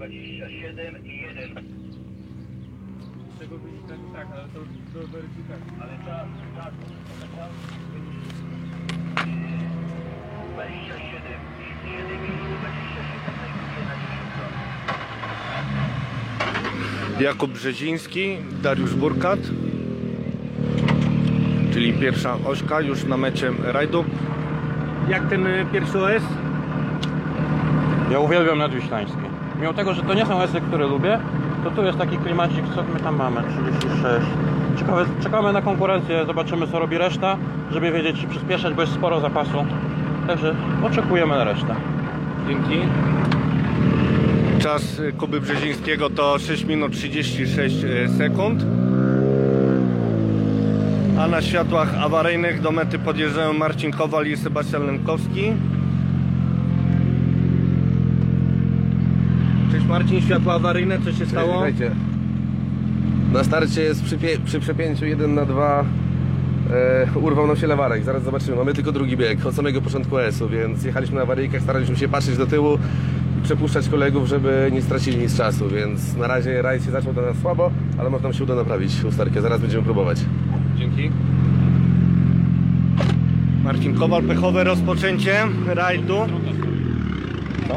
27,1. Z tego wynika, że tak, ale to do weryfikacji. Ale czas. 27, 7 minut 27 sekund na 10. Jakub Brzeziński, Dariusz Burkat, czyli pierwsza ośka już na mecie rajdu. Jak ten pierwszy OS? Ja uwielbiam nadwiślańskie. Mimo tego, że to nie są OS-y, które lubię, to tu jest taki klimacik, co my tam mamy, 36. Ciekawe, czekamy na konkurencję, zobaczymy co robi reszta, żeby wiedzieć czy przyspieszać, bo jest sporo zapasu. Także oczekujemy na resztę. Dzięki. Czas Kuby Brzezińskiego to 6 minut 36 sekund. A na światłach awaryjnych do mety podjeżdżają Marcin Kowal i Sebastian Lenkowski. Cześć Marcin, światła awaryjne, co się stało? Słuchajcie, na starcie jest przy przepięciu 1 na 2 urwał nam się lewarek, zaraz zobaczymy, mamy tylko drugi bieg od samego początku S-u, więc jechaliśmy na awaryjkach, staraliśmy się patrzeć do tyłu i przepuszczać kolegów, żeby nie stracili nic czasu, więc na razie rajd się zaczął dla nas słabo, ale może nam się uda naprawić usterkę, zaraz będziemy próbować. Dzięki. Marcin Kowal, pechowe rozpoczęcie rajdu. Co?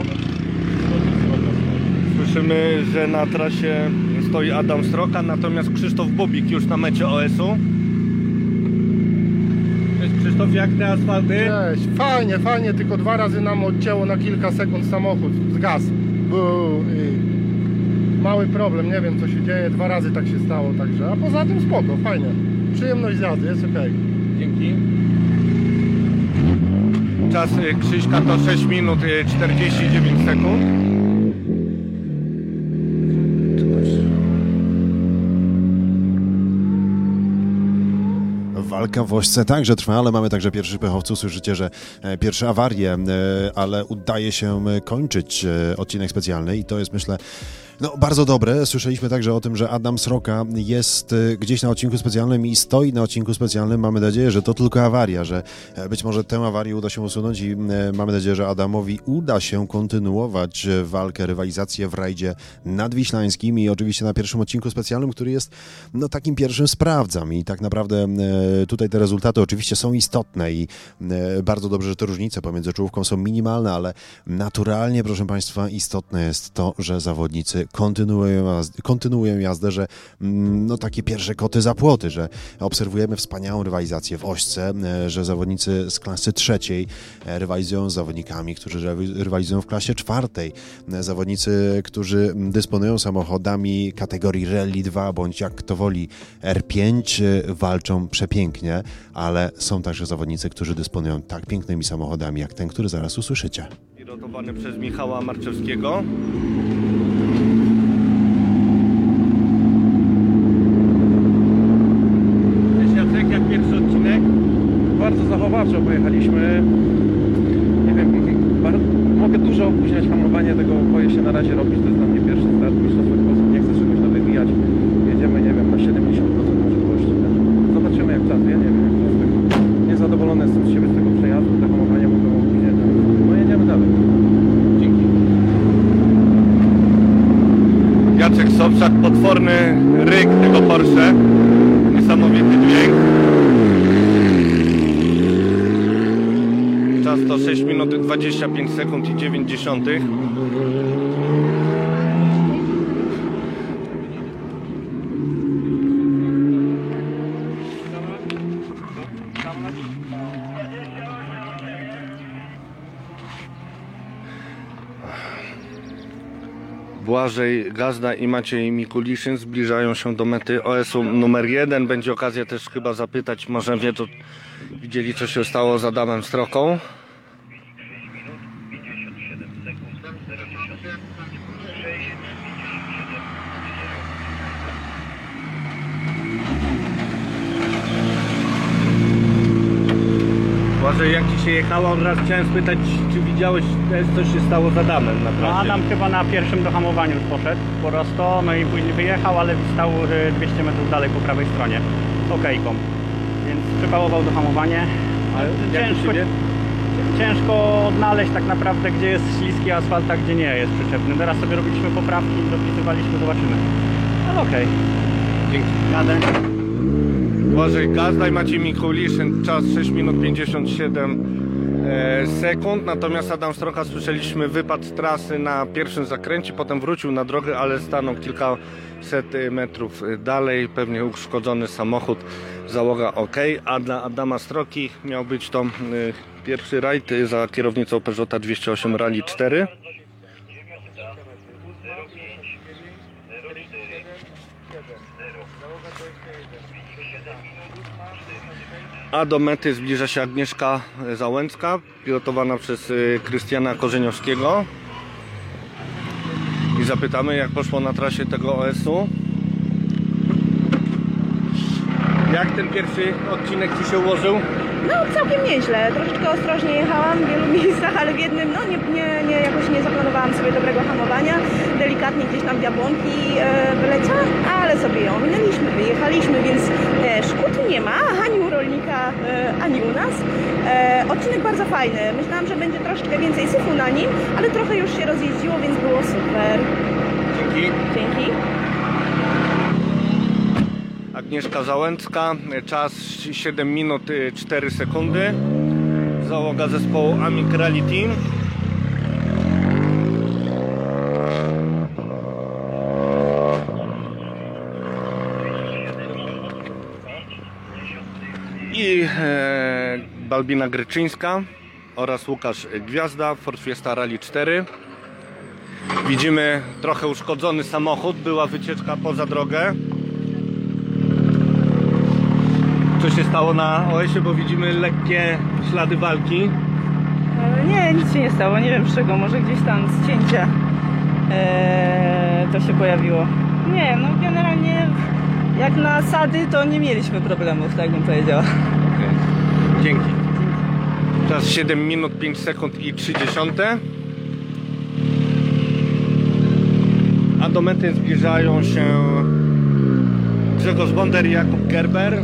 Słyszymy, że na trasie stoi Adam Sroka, natomiast Krzysztof Bubik już na mecie OS-u. Cześć Krzysztof, jak te asfalty? Cześć, fajnie, tylko 2 razy nam odcięło na kilka sekund samochód, zgasł. I mały problem, nie wiem co się dzieje, 2 razy tak się stało, także, a poza tym spoko, fajnie. Przyjemność z jazdy, jest okej. Dzięki. Czas Krzyśka to 6 minut 49 sekund. Walka w Ośce także trwa, ale mamy także pierwszych pechowców. Słyszycie, że pierwsze awarie, ale udaje się kończyć odcinek specjalny i to jest, myślę, no, bardzo dobre. Słyszeliśmy także o tym, że Adam Sroka jest gdzieś na odcinku specjalnym i stoi na odcinku specjalnym. Mamy nadzieję, że to tylko awaria, że być może tę awarię uda się usunąć i mamy nadzieję, że Adamowi uda się kontynuować walkę, rywalizację w rajdzie nadwiślańskim i oczywiście na pierwszym odcinku specjalnym, który jest no takim pierwszym sprawdzam i tak naprawdę tutaj te rezultaty oczywiście są istotne i bardzo dobrze, że te różnice pomiędzy czołówką są minimalne, ale naturalnie, proszę Państwa, istotne jest to, że zawodnicy kontynuują jazdę, że no takie pierwsze koty za płoty, że obserwujemy wspaniałą rywalizację w Ośce, że zawodnicy z klasy trzeciej rywalizują z zawodnikami, którzy rywalizują w klasie czwartej, zawodnicy, którzy dysponują samochodami kategorii Rally 2 bądź jak kto woli R5, walczą przepięknie, ale są także zawodnicy, którzy dysponują tak pięknymi samochodami jak ten, który zaraz usłyszycie. Pilotowany przez Michała Marczewskiego. Jacek, jak pierwszy odcinek? Bardzo zachowawczo pojechaliśmy. Nie wiem, mogę dużo opóźniać hamowanie, tego boję się na razie robić. To jest dla mnie pierwszy start w mistrzostwach Polski. Nie chcę czegoś wywijać. Jedziemy, nie wiem, na 70% możliwości. Zobaczymy jak czas, ja nie wiem. Niezadowolony jestem z siebie z tego przejazdu, te hamowania mogą opóźniać. No jedziemy dalej. Dzięki. Jacek Sobczak, potworny ryk tego Porsche. Niesamowity dźwięk. Czas to 6 minut 25 sekund i 9 dziesiątych. Błażej Gazda i Maciej Mikuliszyn zbliżają się do mety OS-u numer 1. Będzie okazja też chyba zapytać, może widzieli co się stało z Adamem Sroką. Błażej, jak Ci się jechało? Od razu chciałem spytać, czy widziałeś, co się stało z Adamem na No trasie? Adam chyba na pierwszym dohamowaniu już poszedł prosto, no i później wyjechał, ale stał 200 metrów dalej po prawej stronie okejką, więc przypałował dohamowanie. Ale jak u Ciebie? ciężko odnaleźć tak naprawdę, gdzie jest śliski asfalt, a gdzie nie jest przyczepny. Teraz sobie robiliśmy poprawki i dopisywaliśmy, zobaczymy. Ale okej. Dzięki. Jadę. Błażej Gazda i Maciej Mikuliszyn, czas 6 minut 57 sekund, natomiast Adam Sroka słyszeliśmy wypadł z trasy na pierwszym zakręcie, potem wrócił na drogę, ale stanął kilkaset metrów dalej, pewnie uszkodzony samochód, załoga ok, a dla Adama Sroki miał być to pierwszy rajd za kierownicą Peugeota 208 Rally 4. A do mety zbliża się Agnieszka Załęcka, pilotowana przez Krystiana Korzeniowskiego. I zapytamy, jak poszło na trasie tego OS-u. Jak ten pierwszy odcinek Ci się ułożył? No całkiem nieźle, troszeczkę ostrożnie jechałam w wielu miejscach, ale w jednym no jakoś nie zaplanowałam sobie dobrego hamowania. Delikatnie gdzieś tam diabłonki wyleciałam, ale sobie ją minęliśmy, wyjechaliśmy, więc szkód nie ma, ani u rolnika, ani u nas. Odcinek bardzo fajny, myślałam, że będzie troszeczkę więcej syfu na nim, ale trochę już się rozjeździło, więc było super. Dzięki. Dzięki. Agnieszka Załęcka, czas 7 minut 4 sekundy. Załoga zespołu Amic Rally Team. I Balbina Gryczyńska oraz Łukasz Gwiazda, Ford Fiesta Rally 4. Widzimy trochę uszkodzony samochód, była wycieczka poza drogę. Co się stało na OS-ie, bo widzimy lekkie ślady walki. Nie, nic się nie stało, nie wiem z czego, może gdzieś tam z cięcia to się pojawiło. Nie, no generalnie jak na sady to nie mieliśmy problemów, tak bym powiedziała. Okay. Dzięki. Czas 7 minut 5 sekund i 30. A do mety zbliżają się Grzegorz Bonder i Jakub Gerber,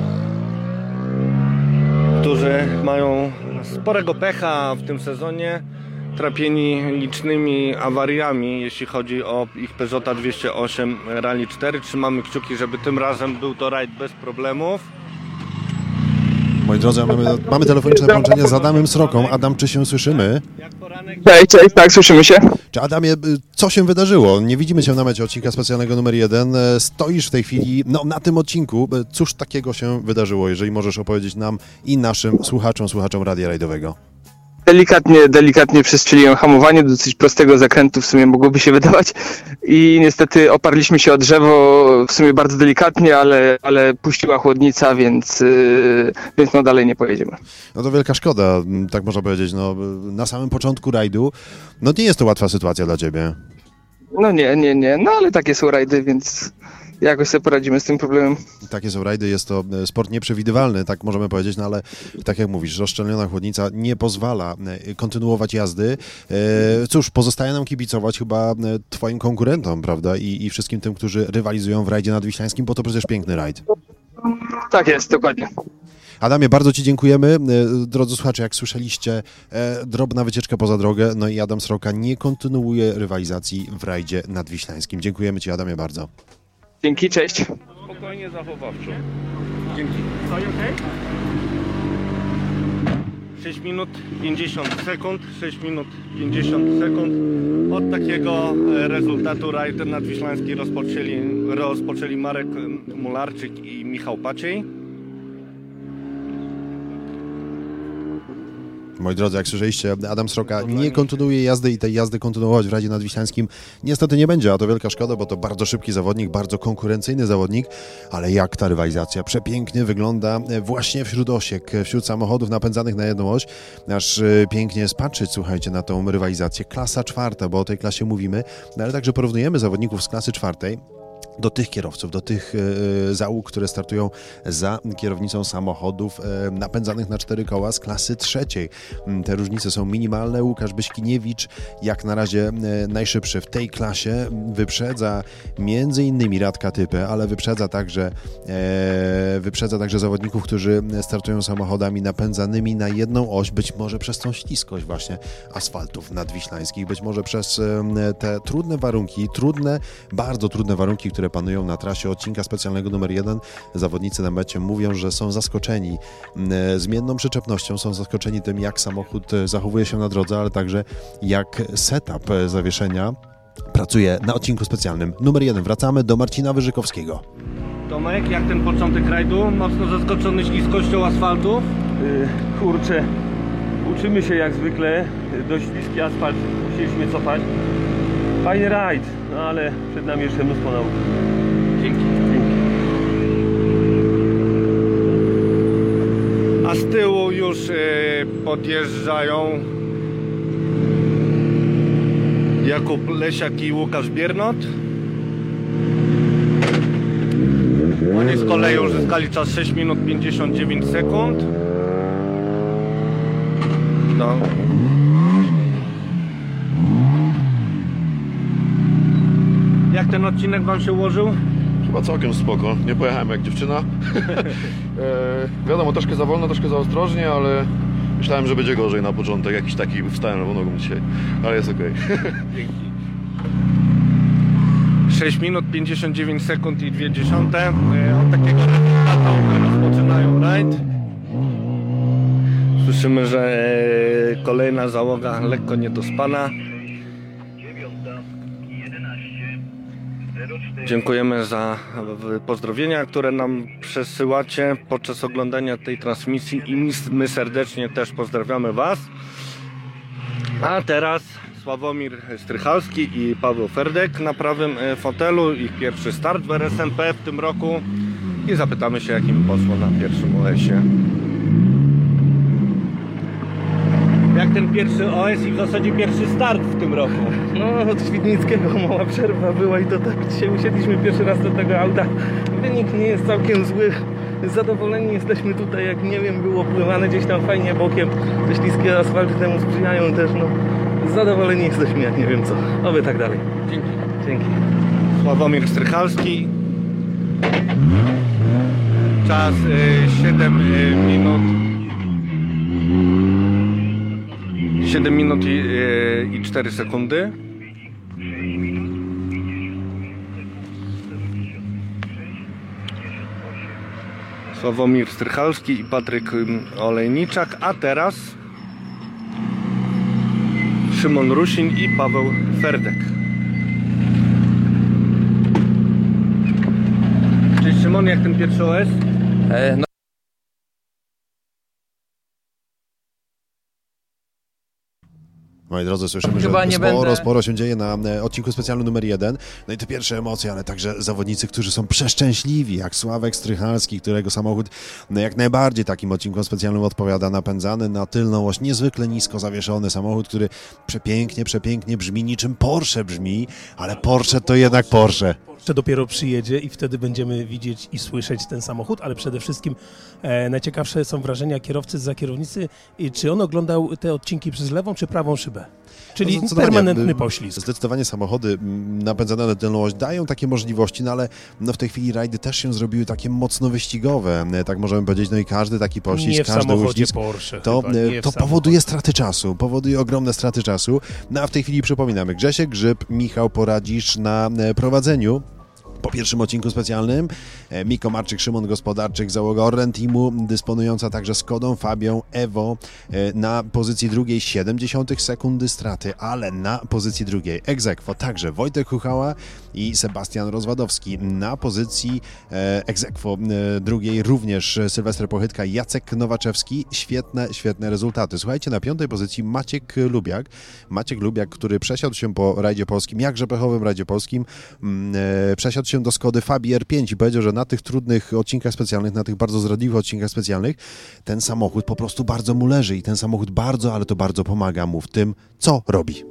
którzy mają sporego pecha w tym sezonie, trapieni licznymi awariami, jeśli chodzi o ich Peugeota 208 Rally 4. Trzymamy kciuki, żeby tym razem był to rajd bez problemów. Moi drodzy, mamy telefoniczne połączenie z Adamem Sroką. Adam, czy się słyszymy? Cześć, tak, słyszymy się. Czy Adamie, co się wydarzyło? Nie widzimy Cię na mecie odcinka specjalnego numer 1. Stoisz w tej chwili na tym odcinku. Cóż takiego się wydarzyło, jeżeli możesz opowiedzieć nam i naszym słuchaczom Radia Rajdowego? Delikatnie przestrzeliłem hamowanie do dosyć prostego zakrętu, w sumie mogłoby się wydawać, i niestety oparliśmy się o drzewo, w sumie bardzo delikatnie, ale puściła chłodnica, więc no dalej nie pojedziemy. No to wielka szkoda, tak można powiedzieć, no na samym początku rajdu, no nie jest to łatwa sytuacja dla Ciebie. No nie, no ale takie są rajdy, więc jakoś sobie poradzimy z tym problemem. Takie są rajdy, jest to sport nieprzewidywalny, tak możemy powiedzieć, no ale tak jak mówisz, rozszczelniona chłodnica nie pozwala kontynuować jazdy. Cóż, pozostaje nam kibicować chyba Twoim konkurentom, prawda? I wszystkim tym, którzy rywalizują w rajdzie nadwiślańskim, bo to przecież piękny rajd. Tak jest, dokładnie. Adamie, bardzo Ci dziękujemy. Drodzy słuchacze, jak słyszeliście, drobna wycieczka poza drogę, no i Adam Sroka nie kontynuuje rywalizacji w rajdzie nadwiślańskim. Dziękujemy Ci, Adamie, bardzo. Dzięki, cześć. Spokojnie, zachowawczo. Dzięki. Stoi okej? 6 minut 50 sekund, 6 minut 50 sekund. Od takiego rezultatu rajd nadwiślański rozpoczęli Marek Mularczyk i Michał Paciej. Moi drodzy, jak słyszeliście, Adam Sroka nie kontynuuje jazdy i tej jazdy kontynuować w Radzie Nadwiślańskim niestety nie będzie, a to wielka szkoda, bo to bardzo szybki zawodnik, bardzo konkurencyjny zawodnik, ale jak ta rywalizacja przepięknie wygląda właśnie wśród osiek, wśród samochodów napędzanych na jedną oś, aż pięknie jest patrzeć, słuchajcie, na tą rywalizację. Klasa 4, bo o tej klasie mówimy, no ale także porównujemy zawodników z klasy 4. do tych kierowców, do tych załóg, które startują za kierownicą samochodów napędzanych na 4 koła z klasy 3. Te różnice są minimalne. Łukasz Byśkiniewicz jak na razie najszybszy w tej klasie. Wyprzedza między innymi Radka Typę, ale wyprzedza także zawodników, którzy startują samochodami napędzanymi na jedną oś, być może przez tą śliskość właśnie asfaltów nadwiślańskich, być może przez te trudne warunki, bardzo trudne warunki, które panują na trasie odcinka specjalnego numer 1. Zawodnicy na mecie mówią, że są zaskoczeni zmienną przyczepnością, są zaskoczeni tym, jak samochód zachowuje się na drodze, ale także jak setup zawieszenia pracuje na odcinku specjalnym numer 1. Wracamy do Marcina Wyżykowskiego. Tomek, jak ten początek rajdu? Mocno zaskoczony śliskością asfaltu? Kurczę, uczymy się jak zwykle. Dość śliski asfalt, musieliśmy cofać. Fajny rajd, no ale przed nami jeszcze mnóstwo nauki. Dzięki. A z tyłu już podjeżdżają Jakub Lesiak i Łukasz Biernot. Oni z kolei uzyskali czas 6 minut 59 sekund. No. Jak ten odcinek wam się ułożył? Chyba całkiem spoko. Nie pojechałem jak dziewczyna. Wiadomo, troszkę za wolno, troszkę za ostrożnie, ale myślałem, że będzie gorzej na początek. Jakiś taki wstałem lewą nogą dzisiaj, ale jest okej. Dzięki. 6 minut 59 sekund i 2/10. Od takiego rezultatu rozpoczynają rajd. Słyszymy, że kolejna załoga lekko niedospana. Dziękujemy za pozdrowienia, które nam przesyłacie podczas oglądania tej transmisji i my serdecznie też pozdrawiamy Was. A teraz Sławomir Strychalski i Paweł Ferdek na prawym fotelu. Ich pierwszy start w RSMP w tym roku i zapytamy się, jak im poszło na pierwszym OS-ie. Jak ten pierwszy OS i w zasadzie pierwszy start w tym roku? No, od Świdnickiego mała przerwa była i to tak dzisiaj usiedliśmy pierwszy raz do tego auta. Wynik nie jest całkiem zły. Zadowoleni jesteśmy tutaj, jak nie wiem, było pływane gdzieś tam fajnie bokiem. Te śliskie asfalty temu sprzyjają też, no. Zadowoleni jesteśmy, jak nie wiem co. Oby tak dalej. Dzięki. Dzięki. Sławomir Strychalski. Czas 7 minut. 7 minut i 4 sekundy. Sławomir Strychalski i Patryk Olejniczak, a teraz Szymon Rusin i Paweł Ferdek. Cześć Szymon, jak ten pierwszy OS? Moi drodzy, słyszymy, że sporo się dzieje na odcinku specjalnym numer 1. No i te pierwsze emocje, ale także zawodnicy, którzy są przeszczęśliwi, jak Sławek Strychalski, którego samochód jak najbardziej takim odcinkom specjalnym odpowiada, napędzany na tylną oś, niezwykle nisko zawieszony samochód, który przepięknie brzmi, niczym Porsche brzmi, ale Porsche to jednak Porsche. Porsche dopiero przyjedzie i wtedy będziemy widzieć i słyszeć ten samochód, ale przede wszystkim najciekawsze są wrażenia kierowcy zza kierownicy, czy on oglądał te odcinki przez lewą czy prawą szybę. Czyli no permanentny poślizg. Zdecydowanie samochody napędzane na tylną oś dają takie możliwości, no ale no w tej chwili rajdy też się zrobiły takie mocno wyścigowe, tak możemy powiedzieć, no i każdy taki poślizg, każdy uścisk, Porsche, to powoduje straty czasu, powoduje ogromne straty czasu. No a w tej chwili przypominamy, Grzesiek Grzyb, Michał Poradzisz na prowadzeniu. Po pierwszym odcinku specjalnym Miko Marczyk, Szymon Gospodarczyk, załoga Orlen Teamu, dysponująca także Skodą Fabią Evo na pozycji drugiej 0,7 sekundy straty, ale na pozycji drugiej ex aequo także Wojtek Chuchała i Sebastian Rozwadowski. Na pozycji ex aequo drugiej również Sylwester Pochytka, Jacek Nowaczewski. Świetne rezultaty. Słuchajcie, na 5. pozycji Maciek Lubiak, który przesiadł się po rajdzie polskim, jakże pechowym rajdzie polskim, przesiadł się do Skody Fabii R5 i powiedział, że na tych trudnych odcinkach specjalnych, na tych bardzo zdradliwych odcinkach specjalnych ten samochód po prostu bardzo mu leży i ten samochód bardzo, ale to bardzo pomaga mu w tym, co robi.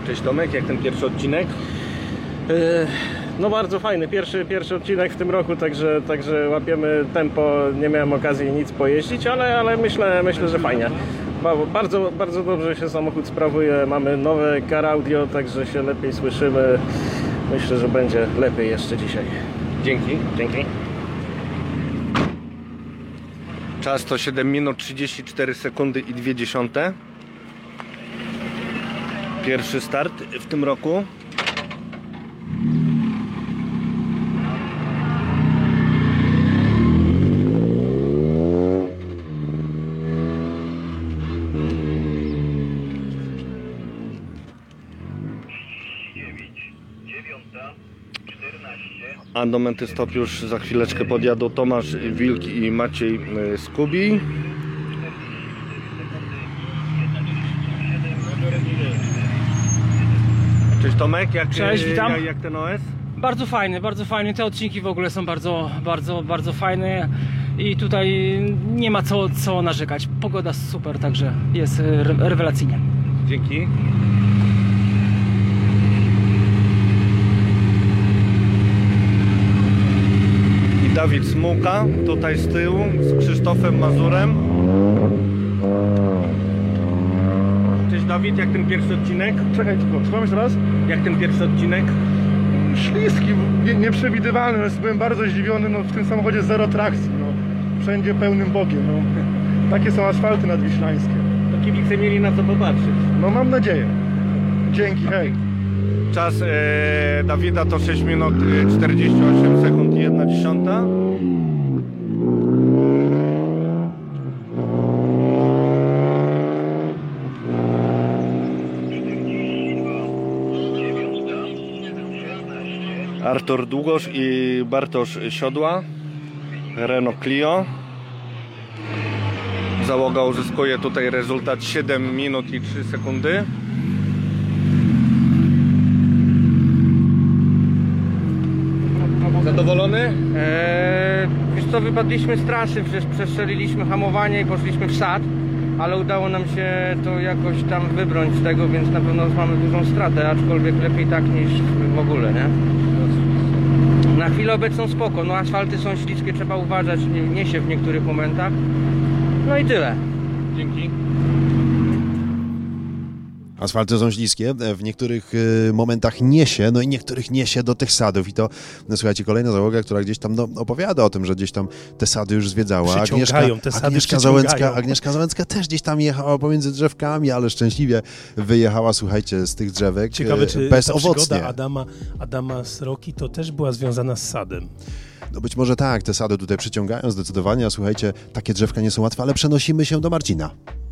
Cześć Tomek, jak ten pierwszy odcinek? No bardzo fajny, pierwszy odcinek w tym roku, także łapiemy tempo, nie miałem okazji nic pojeździć, ale myślę, że fajnie. Bardzo dobrze się samochód sprawuje, mamy nowe car audio, także się lepiej słyszymy. Myślę, że będzie lepiej jeszcze dzisiaj. Dzięki. Dzięki. Czas to 7 minut 34 sekundy i 0,2. Pierwszy start w tym roku. A do Menty Stop już za chwileczkę podjadą Tomasz Wilk i Maciej Skubi. Cześć Tomek, Cześć, witam. Jak ten OS? Bardzo fajny. Te odcinki w ogóle są bardzo fajne i tutaj nie ma co narzekać. Pogoda super, także jest rewelacyjnie. Dzięki. I Dawid Smułka tutaj z tyłu z Krzysztofem Mazurem. Cześć Dawid, jak ten pierwszy odcinek? Czekaj, słucham jeszcze raz? Jak ten pierwszy odcinek? Śliski, nieprzewidywalny, byłem bardzo zdziwiony, no w tym samochodzie zero trakcji, no. Wszędzie pełnym bogiem, no. Takie są asfalty nadwiślańskie. To kibice mieli na co popatrzeć. No mam nadzieję. Dzięki, hej. Czas Dawida to 6 minut 48 sekund i 1/10. Artur Długosz i Bartosz Siodła, Renault Clio. Załoga uzyskuje tutaj rezultat 7 minut i 3 sekundy. Zadowolony? Wiesz co, wypadliśmy z trasy, przecież przestrzeliliśmy hamowanie i poszliśmy w sad, ale udało nam się to jakoś tam wybrnąć z tego, więc na pewno mamy dużą stratę, aczkolwiek lepiej tak niż w ogóle, nie? Na chwilę obecną spoko, no asfalty są śliskie, trzeba uważać, niesie w niektórych momentach. No i tyle. Dzięki. Asfalty są śliskie, w niektórych momentach niesie, no i niektórych niesie do tych sadów i to, no, słuchajcie, kolejna załoga, która gdzieś tam opowiada o tym, że gdzieś tam te sady już zwiedzała. Agnieszka Załęcka też gdzieś tam jechała pomiędzy drzewkami, ale szczęśliwie wyjechała, słuchajcie, z tych drzewek. Ciekawe, czy bezowocnie. ta przygoda Adama Sroki to też była związana z sadem. No być może tak, te sady tutaj przyciągają zdecydowanie, a słuchajcie, takie drzewka nie są łatwe, ale przenosimy się do Marcina.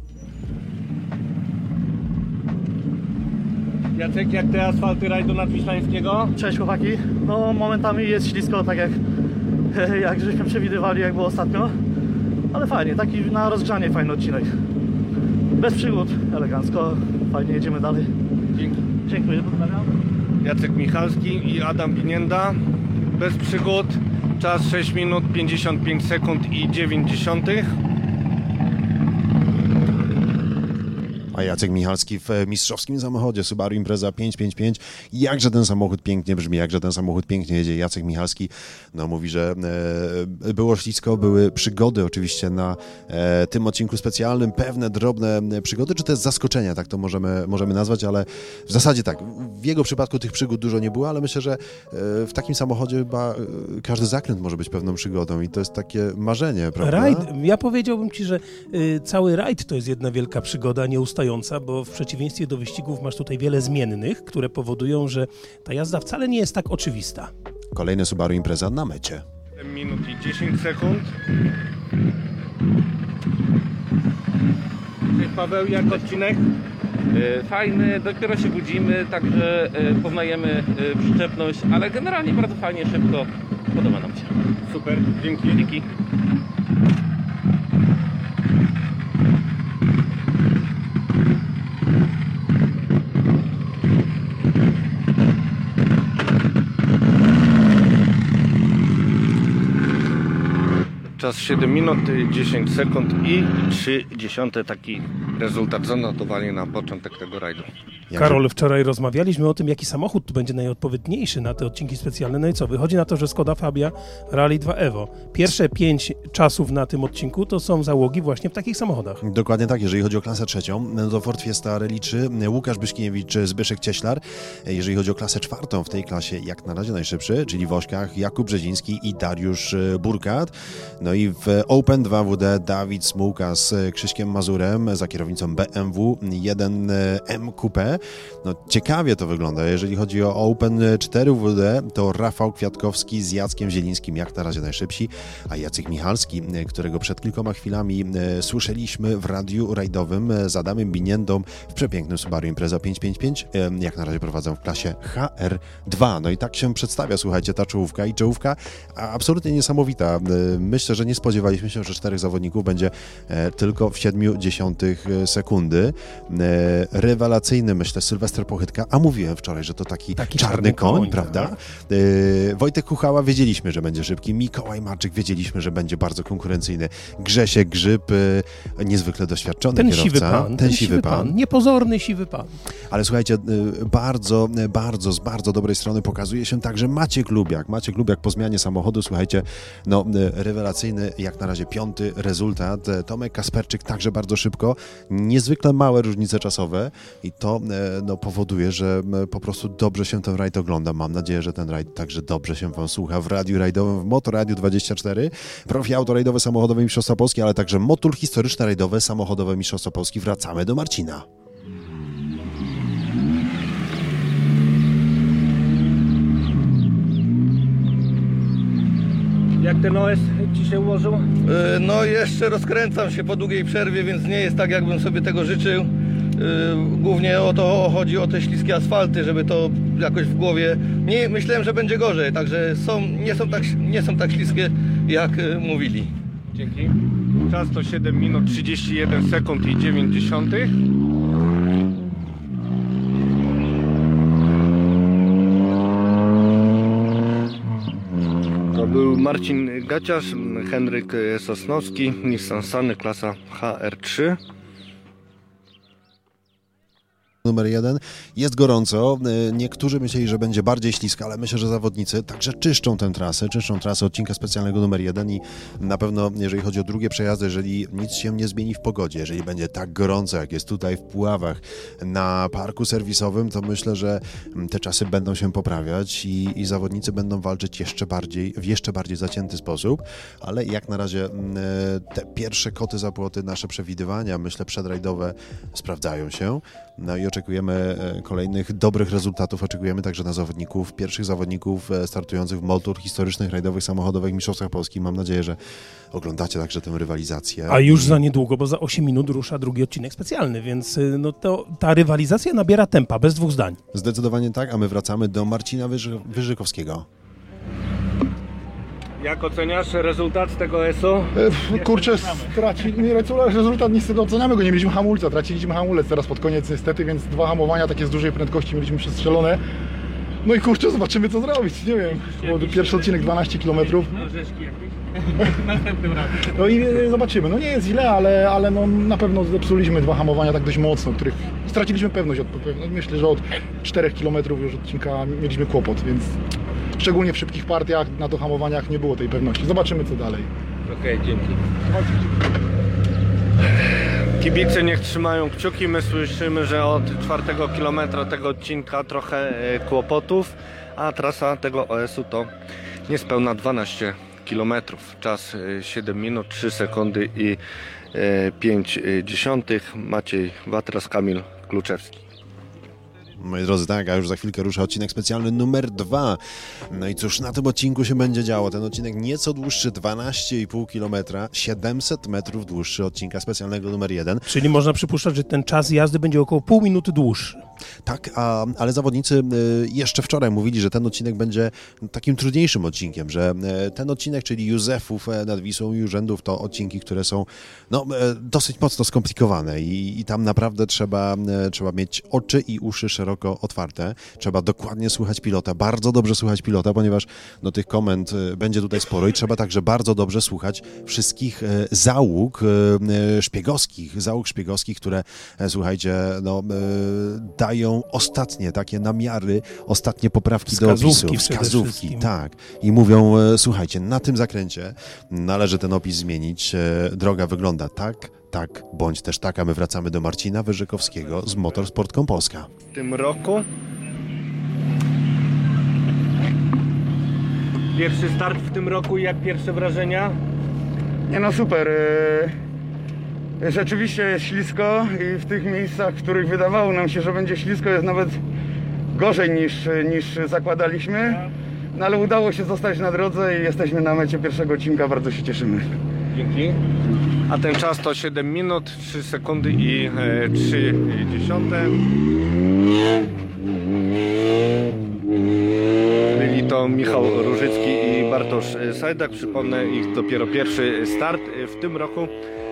Jacek, jak te asfalty rajdu nadwiślańskiego? Cześć chłopaki. No momentami jest ślisko, tak jak żeśmy przewidywali, jak było ostatnio. Ale fajnie, taki na rozgrzanie fajny odcinek. Bez przygód, elegancko. Fajnie, jedziemy dalej. Dzięki. Dziękuję, pozdrawiam. Jacek Michalski i Adam Binienda. Bez przygód. Czas 6 minut 55 sekund i 0,9. A Jacek Michalski w mistrzowskim samochodzie Subaru Impreza 555. Jakże ten samochód pięknie brzmi, jakże ten samochód pięknie jedzie. Jacek Michalski no, mówi, że było ślisko, były przygody oczywiście na tym odcinku specjalnym, pewne drobne przygody, czy to jest zaskoczenia, tak to możemy nazwać, ale w zasadzie tak, w jego przypadku tych przygód dużo nie było, ale myślę, że w takim samochodzie chyba każdy zakręt może być pewną przygodą i to jest takie marzenie, prawda? Rajd, ja powiedziałbym Ci, że cały rajd to jest jedna wielka przygoda, nieustająca, bo w przeciwieństwie do wyścigów masz tutaj wiele zmiennych, które powodują, że ta jazda wcale nie jest tak oczywista. Kolejny Subaru Impreza na mecie. 7 minut i 10 sekund. Cześć Paweł, jak odcinek? Fajny, dopiero się budzimy, także poznajemy przyczepność, ale generalnie bardzo fajnie, szybko, podoba nam się. Super, dzięki. czas 7 minut 10 sekund i 0,3 taki rezultat zanotowali na początek tego rajdu. Karol, wczoraj rozmawialiśmy o tym, jaki samochód tu będzie najodpowiedniejszy na te odcinki specjalne. No i co? Wychodzi na to, że Skoda Fabia Rally 2 Evo. Pierwsze 5 czasów na tym odcinku to są załogi właśnie w takich samochodach. Dokładnie tak. Jeżeli chodzi o klasę trzecią, no to Ford Fiesta Rally 3, Łukasz Byszkiewicz, Zbyszek Cieślar. Jeżeli chodzi o klasę czwartą, w tej klasie jak na razie najszybszy, czyli w Ośkach Jakub Brzeziński i Dariusz Burkat. No i w Open 2WD Dawid Smułka z Krzyśkiem Mazurem za kierownicą BMW 1M Coupe. No ciekawie to wygląda. Jeżeli chodzi o Open 4WD, to Rafał Kwiatkowski z Jackiem Zielińskim jak na razie najszybsi, a Jacek Michalski, którego przed kilkoma chwilami słyszeliśmy w radiu rajdowym z Adamem Biniendą w przepięknym Subaru Impreza 555, jak na razie prowadzą w klasie HR2. No i tak się przedstawia, słuchajcie, ta czołówka i czołówka absolutnie niesamowita. Myślę, że nie spodziewaliśmy się, że 4 zawodników będzie tylko w 0,7 sekundy. Rewelacyjny, myślę, Sylwester Pochytka, a mówiłem wczoraj, że to taki czarny koń, prawda? Tak? Wojtek Kuchała, wiedzieliśmy, że będzie szybki. Mikołaj Marczyk, wiedzieliśmy, że będzie bardzo konkurencyjny. Grzesiek Grzyb, niezwykle doświadczony kierowca. Ten siwy pan. Niepozorny siwy pan. Ale słuchajcie, z bardzo dobrej strony pokazuje się także Maciek Lubiak. Maciek Lubiak po zmianie samochodu, słuchajcie, no rewelacyjny, jak na razie 5. rezultat. Tomek Kasperczyk także bardzo szybko. Niezwykle małe różnice czasowe i to no, powoduje, że po prostu dobrze się ten rajd ogląda. Mam nadzieję, że ten rajd także dobrze się wam słucha w Radiu Rajdowym, w Motoradiu 24, Profi Autorajdowe Samochodowe Mistrzostwa Polski, ale także Motul Historyczne Rajdowe Samochodowe Mistrzostwa Polski. Wracamy do Marcina. Jak ten OS ci się ułożył? No jeszcze rozkręcam się po długiej przerwie, więc nie jest tak, jakbym sobie tego życzył. Głównie o to chodzi, o te śliskie asfalty, żeby to jakoś w głowie... Nie, myślałem, że będzie gorzej, także nie są tak śliskie, jak mówili. Dzięki. Czas to 7 minut 31 sekund i 90. To był Marcin Gaciarz, Henryk Sosnowski, Nissan Sunny, klasa HR3. Numer 1. Jest gorąco. Niektórzy myśleli, że będzie bardziej ślisko, ale myślę, że zawodnicy także czyszczą tę trasę. Czyszczą trasę odcinka specjalnego numer 1 i na pewno, jeżeli chodzi o drugie przejazdy, jeżeli nic się nie zmieni w pogodzie, jeżeli będzie tak gorąco, jak jest tutaj w Puławach na parku serwisowym, to myślę, że te czasy będą się poprawiać i zawodnicy będą walczyć w jeszcze bardziej zacięty sposób, ale jak na razie te pierwsze koty za płoty, nasze przewidywania, myślę, przedrajdowe sprawdzają się. No i oczekujemy kolejnych dobrych rezultatów. Oczekujemy także na pierwszych zawodników startujących w Motul Historycznych Rajdowych Samochodowych Mistrzostwach Polski. Mam nadzieję, że oglądacie także tę rywalizację. A już za niedługo, bo za 8 minut rusza drugi odcinek specjalny, więc no to ta rywalizacja nabiera tempa, bez dwóch zdań. Zdecydowanie tak, a my wracamy do Marcina Wyżykowskiego. Jak oceniasz rezultat tego ESO? Kurczę, rezultat niestety oceniamy go, nie mieliśmy hamulca, traciliśmy hamulec teraz pod koniec niestety, więc 2 hamowania takie z dużej prędkości mieliśmy przestrzelone. No i kurczę, zobaczymy co zrobić, nie wiem, bo pierwszy odcinek 12 km. No i zobaczymy, no nie jest źle, ale no na pewno zepsuliśmy 2 hamowania tak dość mocno, których straciliśmy pewność, myślę, że od 4 km już odcinka mieliśmy kłopot, więc szczególnie w szybkich partiach na to hamowaniach nie było tej pewności. Zobaczymy co dalej. Okej, dzięki. Kibice niech trzymają kciuki, my słyszymy, że od 4 kilometra tego odcinka trochę kłopotów, a trasa tego OS-u to niespełna 12 km. Czas 7 minut, 3 sekundy i 5 dziesiątych. Maciej Watras, Kamil Kluczewski. Moi drodzy, tak, a już za chwilkę rusza odcinek specjalny numer 2. No i cóż na tym odcinku się będzie działo? Ten odcinek nieco dłuższy, 12,5 km, 700 metrów dłuższy odcinka specjalnego numer 1. Czyli można przypuszczać, że ten czas jazdy będzie około pół minuty dłuższy. Tak, ale zawodnicy jeszcze wczoraj mówili, że ten odcinek będzie takim trudniejszym odcinkiem, że ten odcinek, czyli Józefów nad Wisłą i Urzędów, to odcinki, które są dosyć mocno skomplikowane i tam naprawdę trzeba mieć oczy i uszy szeroko otwarte. Trzeba dokładnie słuchać pilota, bardzo dobrze słuchać pilota, ponieważ tych komend będzie tutaj sporo i trzeba także bardzo dobrze słuchać wszystkich załóg szpiegowskich, które, słuchajcie, dają ostatnie takie namiary, ostatnie poprawki do opisu, wskazówki, tak. I mówią, słuchajcie, na tym zakręcie należy ten opis zmienić, droga wygląda tak, bądź też tak, a my wracamy do Marcina Wyrzykowskiego z Motorsport.com Polska. W tym roku pierwszy start w tym roku, jak pierwsze wrażenia? Nie no, super. Rzeczywiście jest ślisko i w tych miejscach, w których wydawało nam się, że będzie ślisko, jest nawet gorzej niż zakładaliśmy. No ale udało się zostać na drodze i jesteśmy na mecie pierwszego odcinka, bardzo się cieszymy. Dzięki. A ten czas to 7 minut, 3 sekundy i 3/10. Byli to Michał Różycki i Bartosz Sajdak. Przypomnę, ich dopiero pierwszy start w tym roku.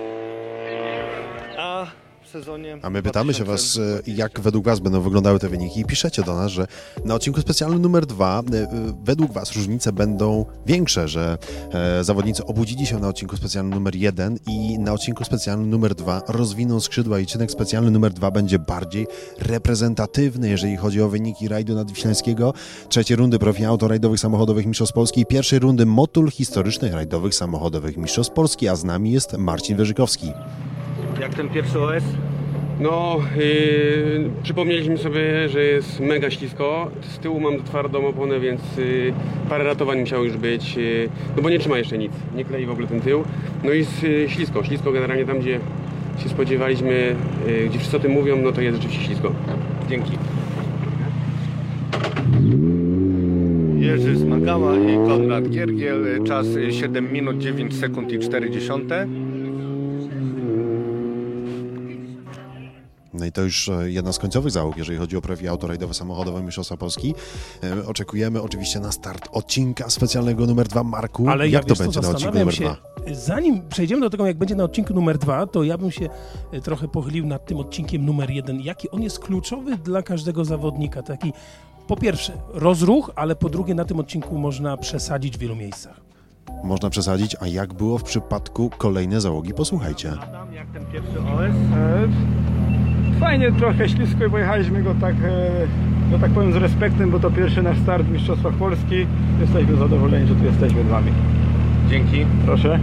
A w sezonie... A my pytamy się Was, jak według Was będą wyglądały te wyniki i piszecie do nas, że na odcinku specjalnym numer 2 według Was różnice będą większe, że zawodnicy obudzili się na odcinku specjalnym numer 1 i na odcinku specjalnym numer 2 rozwiną skrzydła i odcinek specjalny numer 2 będzie bardziej reprezentatywny, jeżeli chodzi o wyniki rajdu nadwiślańskiego, trzeciej rundy profi auto rajdowych samochodowych Mistrzostw Polski i pierwszej rundy motul historycznych rajdowych samochodowych Mistrzostw Polski, a z nami jest Marcin Wyrzykowski. Jak ten pierwszy OS? Przypomnieliśmy sobie, że jest mega ślisko. Z tyłu mam twardą oponę, więc parę ratowań musiało już być. Bo nie trzyma jeszcze nic, nie klei w ogóle ten tył. No i ślisko. Ślisko generalnie tam, gdzie się spodziewaliśmy, gdzie wszyscy o tym mówią, to jest rzeczywiście ślisko. Dzięki. Jerzy Smagała i Konrad Giergiel. Czas 7 minut 9 sekund i 0,4. No i to już jedna z końcowych załóg, jeżeli chodzi o profi autorajdowe samochodowe Mistrzostwa Polski. Oczekujemy oczywiście na start odcinka specjalnego numer 2. Marku, ale jak to będzie na odcinku numer 2? Zanim przejdziemy do tego, jak będzie na odcinku numer 2, to ja bym się trochę pochylił nad tym odcinkiem numer 1. Jaki on jest kluczowy dla każdego zawodnika. Taki, po pierwsze, rozruch, ale po drugie, na tym odcinku można przesadzić w wielu miejscach. Można przesadzić, a jak było w przypadku kolejnej załogi? Posłuchajcie. Adam, jak ten pierwszy OS? Fajnie, trochę ślisko i pojechaliśmy go tak powiem z respektem, bo to pierwszy nasz start w Mistrzostwach Polski. Jesteśmy zadowoleni, że tu jesteśmy z wami. Dzięki. Proszę.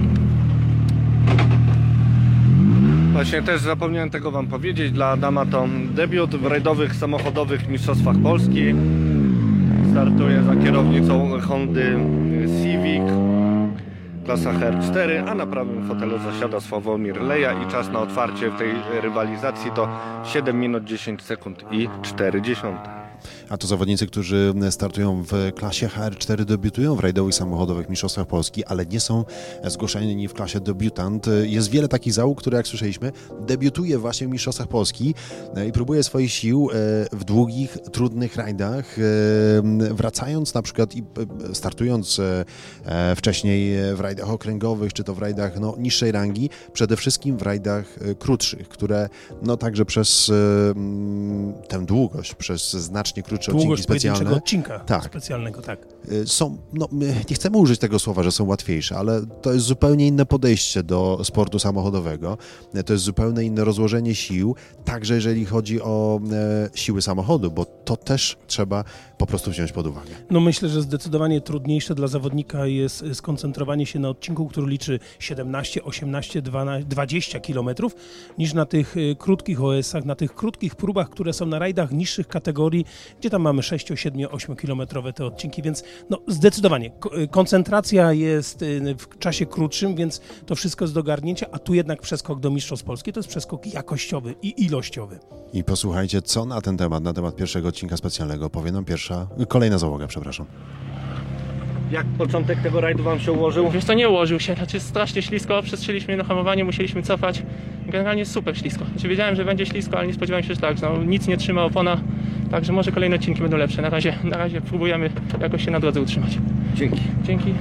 Właśnie też zapomniałem tego Wam powiedzieć. Dla Adama to debiut w rajdowych samochodowych Mistrzostwach Polski. Startuje za kierownicą Hondy Civic. Klasa HR4, a na prawym fotelu zasiada Sławomir Leja i czas na otwarcie w tej rywalizacji to 7 minut 10 sekund i 0,4. A to zawodnicy, którzy startują w klasie HR4, debiutują w rajdowych samochodowych Mistrzostwach Polski, ale nie są zgłoszeni w klasie debiutant. Jest wiele takich załóg, które, jak słyszeliśmy, debiutuje właśnie w Mistrzostwach Polski i próbuje swoich sił w długich, trudnych rajdach, wracając na przykład i startując wcześniej w rajdach okręgowych, czy to w rajdach niższej rangi, przede wszystkim w rajdach krótszych, które także przez tę długość, przez znacznie krótsze odcinki specjalne. Odcinka specjalnego, tak. Są, nie chcemy użyć tego słowa, że są łatwiejsze, ale to jest zupełnie inne podejście do sportu samochodowego. To jest zupełnie inne rozłożenie sił, także jeżeli chodzi o siły samochodu, bo to też trzeba po prostu wziąć pod uwagę. Myślę, że zdecydowanie trudniejsze dla zawodnika jest skoncentrowanie się na odcinku, który liczy 17, 18, 12, 20 kilometrów, niż na tych krótkich OS-ach, na tych krótkich próbach, które są na rajdach niższych kategorii, gdzie tam mamy 6, 7, 8 kilometrowe te odcinki, więc zdecydowanie koncentracja jest w czasie krótszym, więc to wszystko jest do garnięcia, a tu jednak przeskok do Mistrzostw Polski to jest przeskok jakościowy i ilościowy. I posłuchajcie, co na ten temat, pierwszego odcinka specjalnego powie nam kolejna załoga, przepraszam. Jak początek tego rajdu wam się ułożył? Wiesz, to nie ułożył się, znaczy strasznie ślisko, przestrzeliśmy na hamowanie, musieliśmy cofać. Generalnie jest super ślisko. Znaczy wiedziałem, że będzie ślisko, ale nie spodziewałem się, że tak. No, nic nie trzyma opona, także może kolejne odcinki będą lepsze. Na razie próbujemy jakoś się na drodze utrzymać. Dzięki. Dzięki.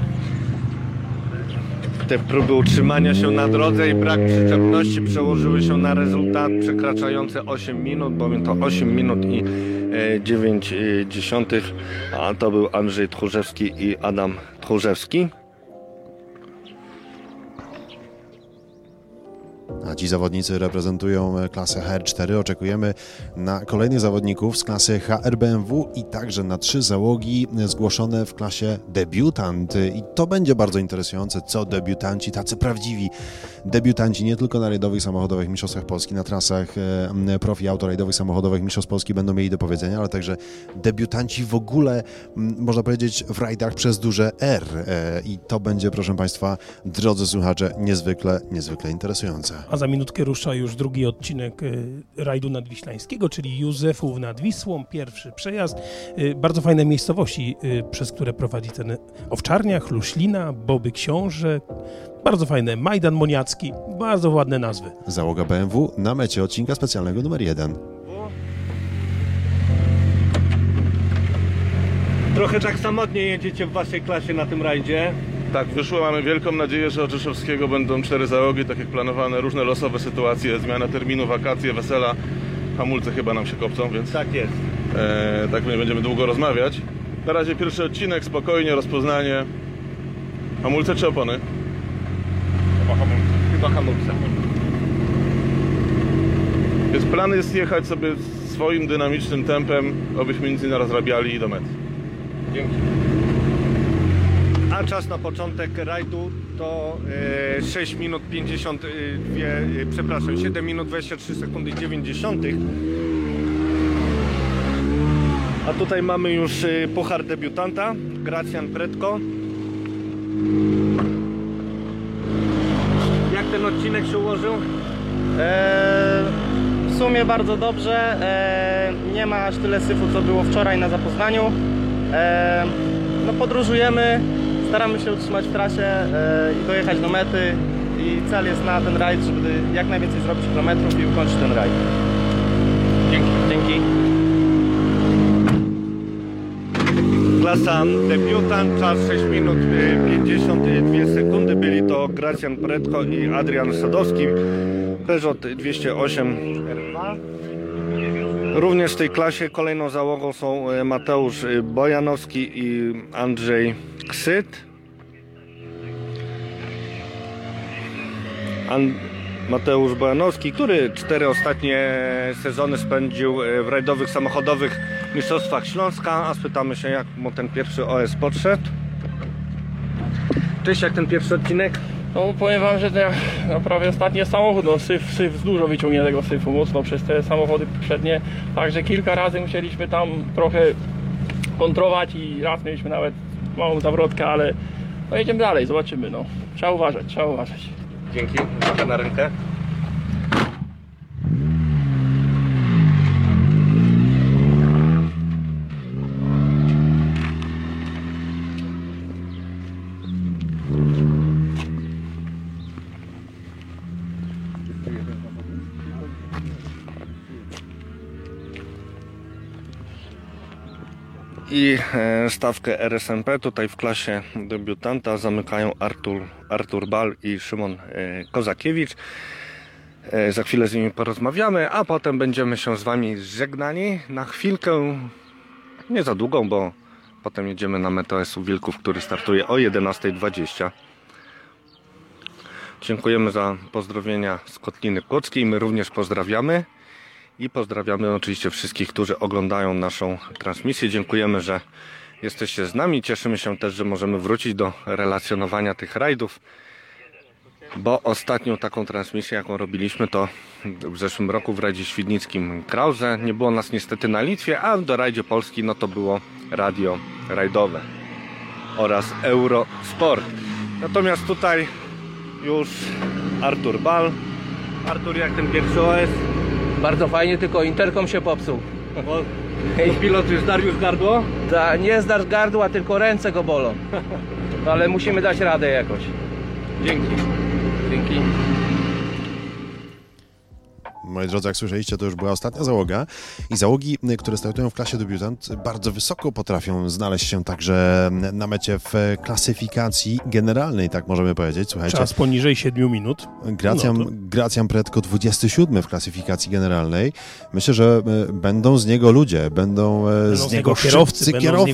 Te próby utrzymania się na drodze i brak przyczepności przełożyły się na rezultat przekraczający 8 minut, bowiem to 8 minut i 9 dziesiątych, a to był Andrzej Tchórzewski i Adam Tchórzewski. A ci zawodnicy reprezentują klasę HR4. Oczekujemy na kolejnych zawodników z klasy HR-BMW i także na 3 załogi zgłoszone w klasie debiutant. I to będzie bardzo interesujące, co debiutanci, tacy prawdziwi debiutanci, nie tylko na rajdowych samochodowych mistrzostwach Polski, na trasach profi autorajdowych samochodowych mistrzostw Polski będą mieli do powiedzenia, ale także debiutanci w ogóle, można powiedzieć, w rajdach przez duże R. I to będzie, proszę Państwa, drodzy słuchacze, niezwykle interesujące. A za minutkę rusza już drugi odcinek rajdu nadwiślańskiego, czyli Józefów nad Wisłą, pierwszy przejazd. Bardzo fajne miejscowości, przez które prowadzi ten Owczarnia, Chluślina, Boby Książę. Bardzo fajne, Majdan Moniacki, bardzo ładne nazwy. Załoga BMW na mecie odcinka specjalnego numer 1. Trochę tak samotnie jedziecie w waszej klasie na tym rajdzie. Tak, wyszło, mamy wielką nadzieję, że od Rzeszowskiego będą 4 załogi, tak jak planowane, różne losowe sytuacje, zmiana terminu, wakacje, wesela, hamulce chyba nam się kopcą, więc tak jest. Tak my będziemy długo rozmawiać. Na razie pierwszy odcinek, spokojnie, rozpoznanie. Hamulce czy opony? Chyba hamulce. Więc plan jest jechać sobie swoim dynamicznym tempem, abyśmy nic nie narazrabiali i do mety. Dzięki. A czas na początek rajdu to 6 minut 52, przepraszam, 7 minut 23 sekundy 90. A tutaj mamy już puchar debiutanta, Gracjan Pretko. Jak ten odcinek się ułożył? W sumie bardzo dobrze. Nie ma aż tyle syfu, co było wczoraj na zapoznaniu. No podróżujemy, staramy się utrzymać w trasie i dojechać do mety. I cel jest na ten rajd, żeby jak najwięcej zrobić kilometrów i ukończyć ten rajd. Dzięki. Dzięki. Klasa debiutant, czas 6 minut 52 sekundy. Byli to Gracjan Pretko i Adrian Sadowski. Peugeot 208 R2. Również w tej klasie kolejną załogą są Mateusz Bojanowski i Andrzej Ksyt. Mateusz Bojanowski, który 4 ostatnie sezony spędził w rajdowych samochodowych mistrzostwach Śląska, a spytamy się, jak mu ten pierwszy OS podszedł. Cześć, jak ten pierwszy odcinek? No powiem wam, że ten prawie ostatni samochód, no syf dużo wyciągnie tego syfu mocno przez te samochody przednie, także kilka razy musieliśmy tam trochę kontrować i raz mieliśmy nawet małą zawrotkę, ale no jedziemy dalej, zobaczymy, no. Trzeba uważać. Dzięki, uwaga na rękę. I stawkę RSMP tutaj w klasie debiutanta zamykają Artur Bal i Szymon Kozakiewicz. Za chwilę z nimi porozmawiamy, a potem będziemy się z wami żegnani na chwilkę, nie za długą, bo potem jedziemy na metę OS-u Wilków, który startuje o 11:20. Dziękujemy za pozdrowienia z Kotliny Kłodzkiej, my również pozdrawiamy. I pozdrawiamy oczywiście wszystkich, którzy oglądają naszą transmisję. Dziękujemy, że jesteście z nami. Cieszymy się też, że możemy wrócić do relacjonowania tych rajdów, bo ostatnią taką transmisję, jaką robiliśmy, to w zeszłym roku w rajdzie świdnickim Krause. Nie było nas niestety na Litwie, a do rajdzie Polski no to było radio rajdowe oraz Eurosport. Natomiast tutaj już Artur Bal. Artur, jak ten pierwszy OS? Bardzo fajnie, tylko interkom się popsuł. Pilot już zdarł gardło? Nie zdarł gardła, tylko ręce go bolą. No, ale musimy dać radę jakoś. Dzięki. Dzięki. Moi drodzy, jak słyszeliście, to już była ostatnia załoga i załogi, które startują w klasie debiutant, bardzo wysoko potrafią znaleźć się także na mecie w klasyfikacji generalnej, tak możemy powiedzieć. Słuchajcie, czas poniżej 7 minut. Gracjan Predko 27 w klasyfikacji generalnej. Myślę, że będą z niego ludzie, będą z niego kierowcy.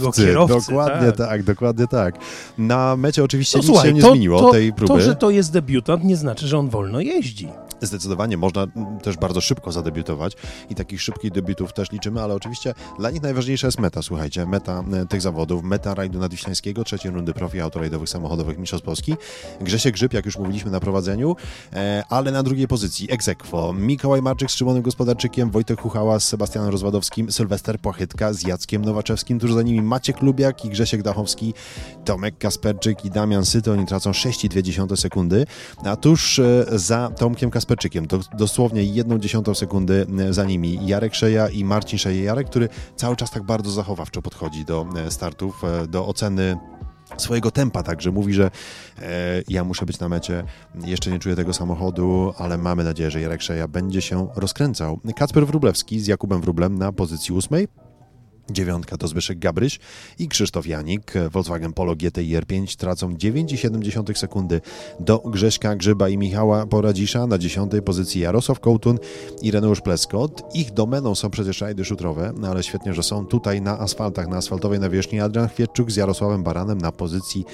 Dokładnie tak. Na mecie oczywiście nic się nie zmieniło tej próby. To, że to jest debiutant, nie znaczy, że on wolno jeździ. Zdecydowanie można też bardzo szybko zadebiutować i takich szybkich debiutów też liczymy, ale oczywiście dla nich najważniejsza jest meta, słuchajcie, meta tych zawodów, meta rajdu nadwiślańskiego, trzeciej rundy profi autorajdowych samochodowych Mistrzostw Polski. Grzesiek Grzyb, jak już mówiliśmy na prowadzeniu, ale na drugiej pozycji ex aequo Mikołaj Marczyk z Szymonem Gospodarczykiem, Wojtek Huchała z Sebastianem Rozwadowskim, Sylwester Płachytka z Jackiem Nowaczewskim, tuż za nimi Maciek Lubiak i Grzesiek Dachowski, Tomek Kasperczyk i Damian Syty, oni tracą 6,2 sekundy, a tuż za Tomkiem Kasperczykiem, dosłownie 1/10 sekundy za nimi Jarek Szeja i Marcin Szeje-Jarek, który cały czas tak bardzo zachowawczo podchodzi do startów, do oceny swojego tempa, także mówi, że ja muszę być na mecie, jeszcze nie czuję tego samochodu, ale mamy nadzieję, że Jarek Szeja będzie się rozkręcał. Kacper Wróblewski z Jakubem Wróblem na pozycji 8. 9 to Zbyszek Gabryś i Krzysztof Janik. Volkswagen Polo GTI R5 tracą 9,7 sekundy do Grześka Grzyba i Michała Poradzisza. Na 10 pozycji Jarosław Kołtun i Reneusz Pleskot. Ich domeną są przecież rajdy szutrowe, no ale świetnie, że są tutaj na asfaltach, na asfaltowej nawierzchni. Adrian Chwietczuk z Jarosławem Baranem na pozycji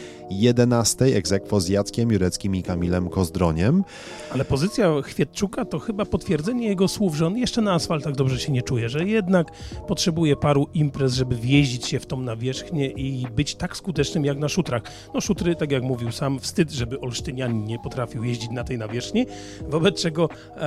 11, ex aequo z Jackiem Jureckim i Kamilem Kozdroniem. Ale pozycja Chwietczuka to chyba potwierdzenie jego słów, że on jeszcze na asfaltach dobrze się nie czuje, że jednak potrzebuje paru imprez, żeby wjeździć się w tą nawierzchnię i być tak skutecznym jak na szutrach. No szutry, tak jak mówił sam, wstyd, żeby olsztynianin nie potrafił jeździć na tej nawierzchni, wobec czego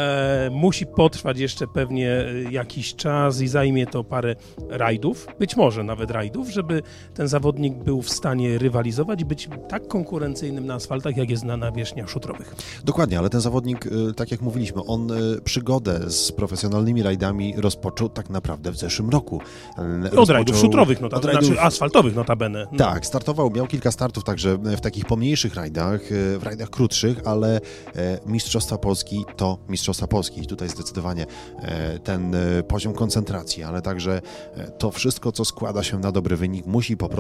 musi potrwać jeszcze pewnie jakiś czas i zajmie to parę rajdów, być może nawet rajdów, żeby ten zawodnik był w stanie rywalizować i być tak konkurencyjnym na asfaltach, jak jest na nawierzchniach szutrowych. Dokładnie, ale ten zawodnik, tak jak mówiliśmy, on przygodę z profesjonalnymi rajdami rozpoczął tak naprawdę w zeszłym roku. Od rajdów szutrowych, znaczy asfaltowych notabene. No. Tak, miał kilka startów także w takich pomniejszych rajdach, w rajdach krótszych, ale Mistrzostwa Polski to Mistrzostwa Polski. I tutaj zdecydowanie ten poziom koncentracji, ale także to wszystko, co składa się na dobry wynik, musi po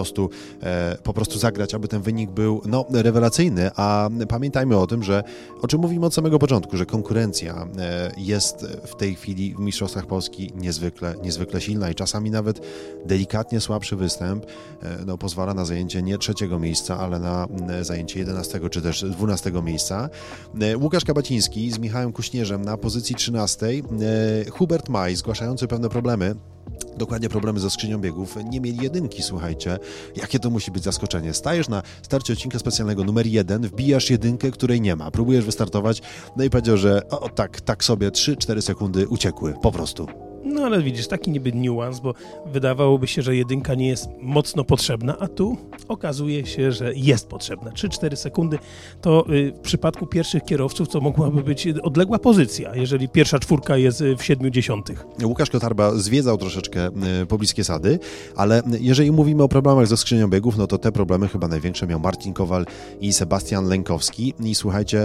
prostu zagrać, aby ten wynik był rewelacyjny, a pamiętajmy o tym, że o czym mówimy od samego początku, że konkurencja jest w tej chwili w Mistrzostwach Polski niezwykle silna i czasami nawet delikatnie słabszy występ pozwala na zajęcie nie 3. miejsca, ale na zajęcie 11 czy też 12 miejsca. Łukasz Kabaciński z Michałem Kuśnierzem na pozycji 13. Hubert Maj zgłaszający pewne problemy. Dokładnie problemy ze skrzynią biegów. Nie mieli jedynki, słuchajcie. Jakie to musi być zaskoczenie. Stajesz na starcie odcinka specjalnego numer 1, wbijasz jedynkę, której nie ma. Próbujesz wystartować, no i powiedział, że tak sobie 3-4 sekundy uciekły. Po prostu. No ale widzisz, taki niby niuans, bo wydawałoby się, że jedynka nie jest mocno potrzebna, a tu okazuje się, że jest potrzebna. 3-4 sekundy to w przypadku pierwszych kierowców to mogłaby być odległa pozycja, jeżeli pierwsza czwórka jest w 7/10. Łukasz Kotarba zwiedzał troszeczkę pobliskie sady, ale jeżeli mówimy o problemach ze skrzynią biegów, no to te problemy chyba największe miał Marcin Kowal i Sebastian Lękowski i słuchajcie,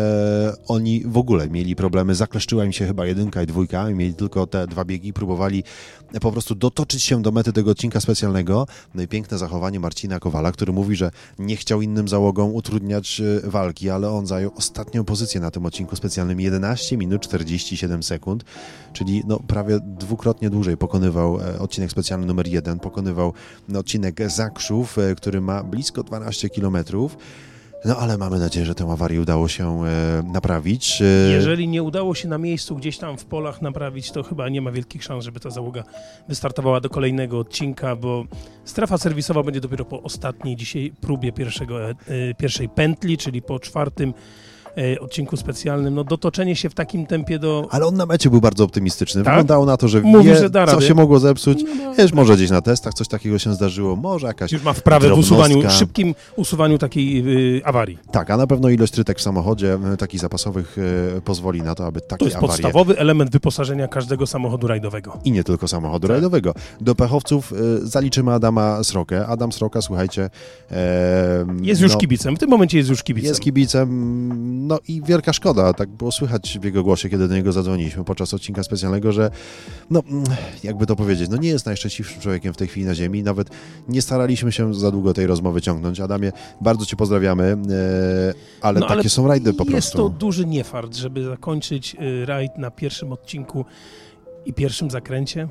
oni w ogóle mieli problemy, zakleszczyła im się chyba 1 i 2 i mieli tylko te 2 biegi, próbowali po prostu dotoczyć się do mety tego odcinka specjalnego. No i piękne zachowanie Marcina Kowala, który mówi, że nie chciał innym załogom utrudniać walki, ale on zajął ostatnią pozycję na tym odcinku specjalnym, 11 minut 47 sekund, czyli prawie dwukrotnie dłużej pokonywał odcinek specjalny numer 1, pokonywał odcinek Zakrzów, który ma blisko 12 kilometrów. No ale mamy nadzieję, że tę awarię udało się naprawić. Jeżeli nie udało się na miejscu gdzieś tam w polach naprawić, to chyba nie ma wielkich szans, żeby ta załoga wystartowała do kolejnego odcinka, bo strefa serwisowa będzie dopiero po ostatniej dzisiaj próbie pierwszej pętli, czyli po 4 odcinku specjalnym. No dotoczenie się w takim tempie do... Ale on na mecie był bardzo optymistyczny. Tak? Wyglądało na to, że Mówi, wie, że da co radę. się mogło zepsuć. Wiesz, może gdzieś na testach coś takiego się zdarzyło, może jakaś Już ma wprawę w drobnostka. szybkim usuwaniu takiej awarii. Tak, a na pewno ilość trytek w samochodzie, takich zapasowych, pozwoli na to, aby takie To jest awarie... podstawowy element wyposażenia każdego samochodu rajdowego. I nie tylko samochodu rajdowego. Do pechowców zaliczymy Adama Srokę. Adam Sroka, słuchajcie... Jest już kibicem. W tym momencie jest już kibicem. Jest kibicem, no i wielka szkoda. Tak było słychać w jego głosie, kiedy do niego zadzwoniliśmy podczas odcinka specjalnego, że no, jakby to powiedzieć, no nie jest najszczęśliwszym człowiekiem w tej chwili na ziemi. Nawet nie staraliśmy się za długo tej rozmowy ciągnąć. Adamie, bardzo Cię pozdrawiamy, ale takie są rajdy po prostu. Jest to duży niefart, żeby zakończyć rajd na pierwszym odcinku i pierwszym zakręcie.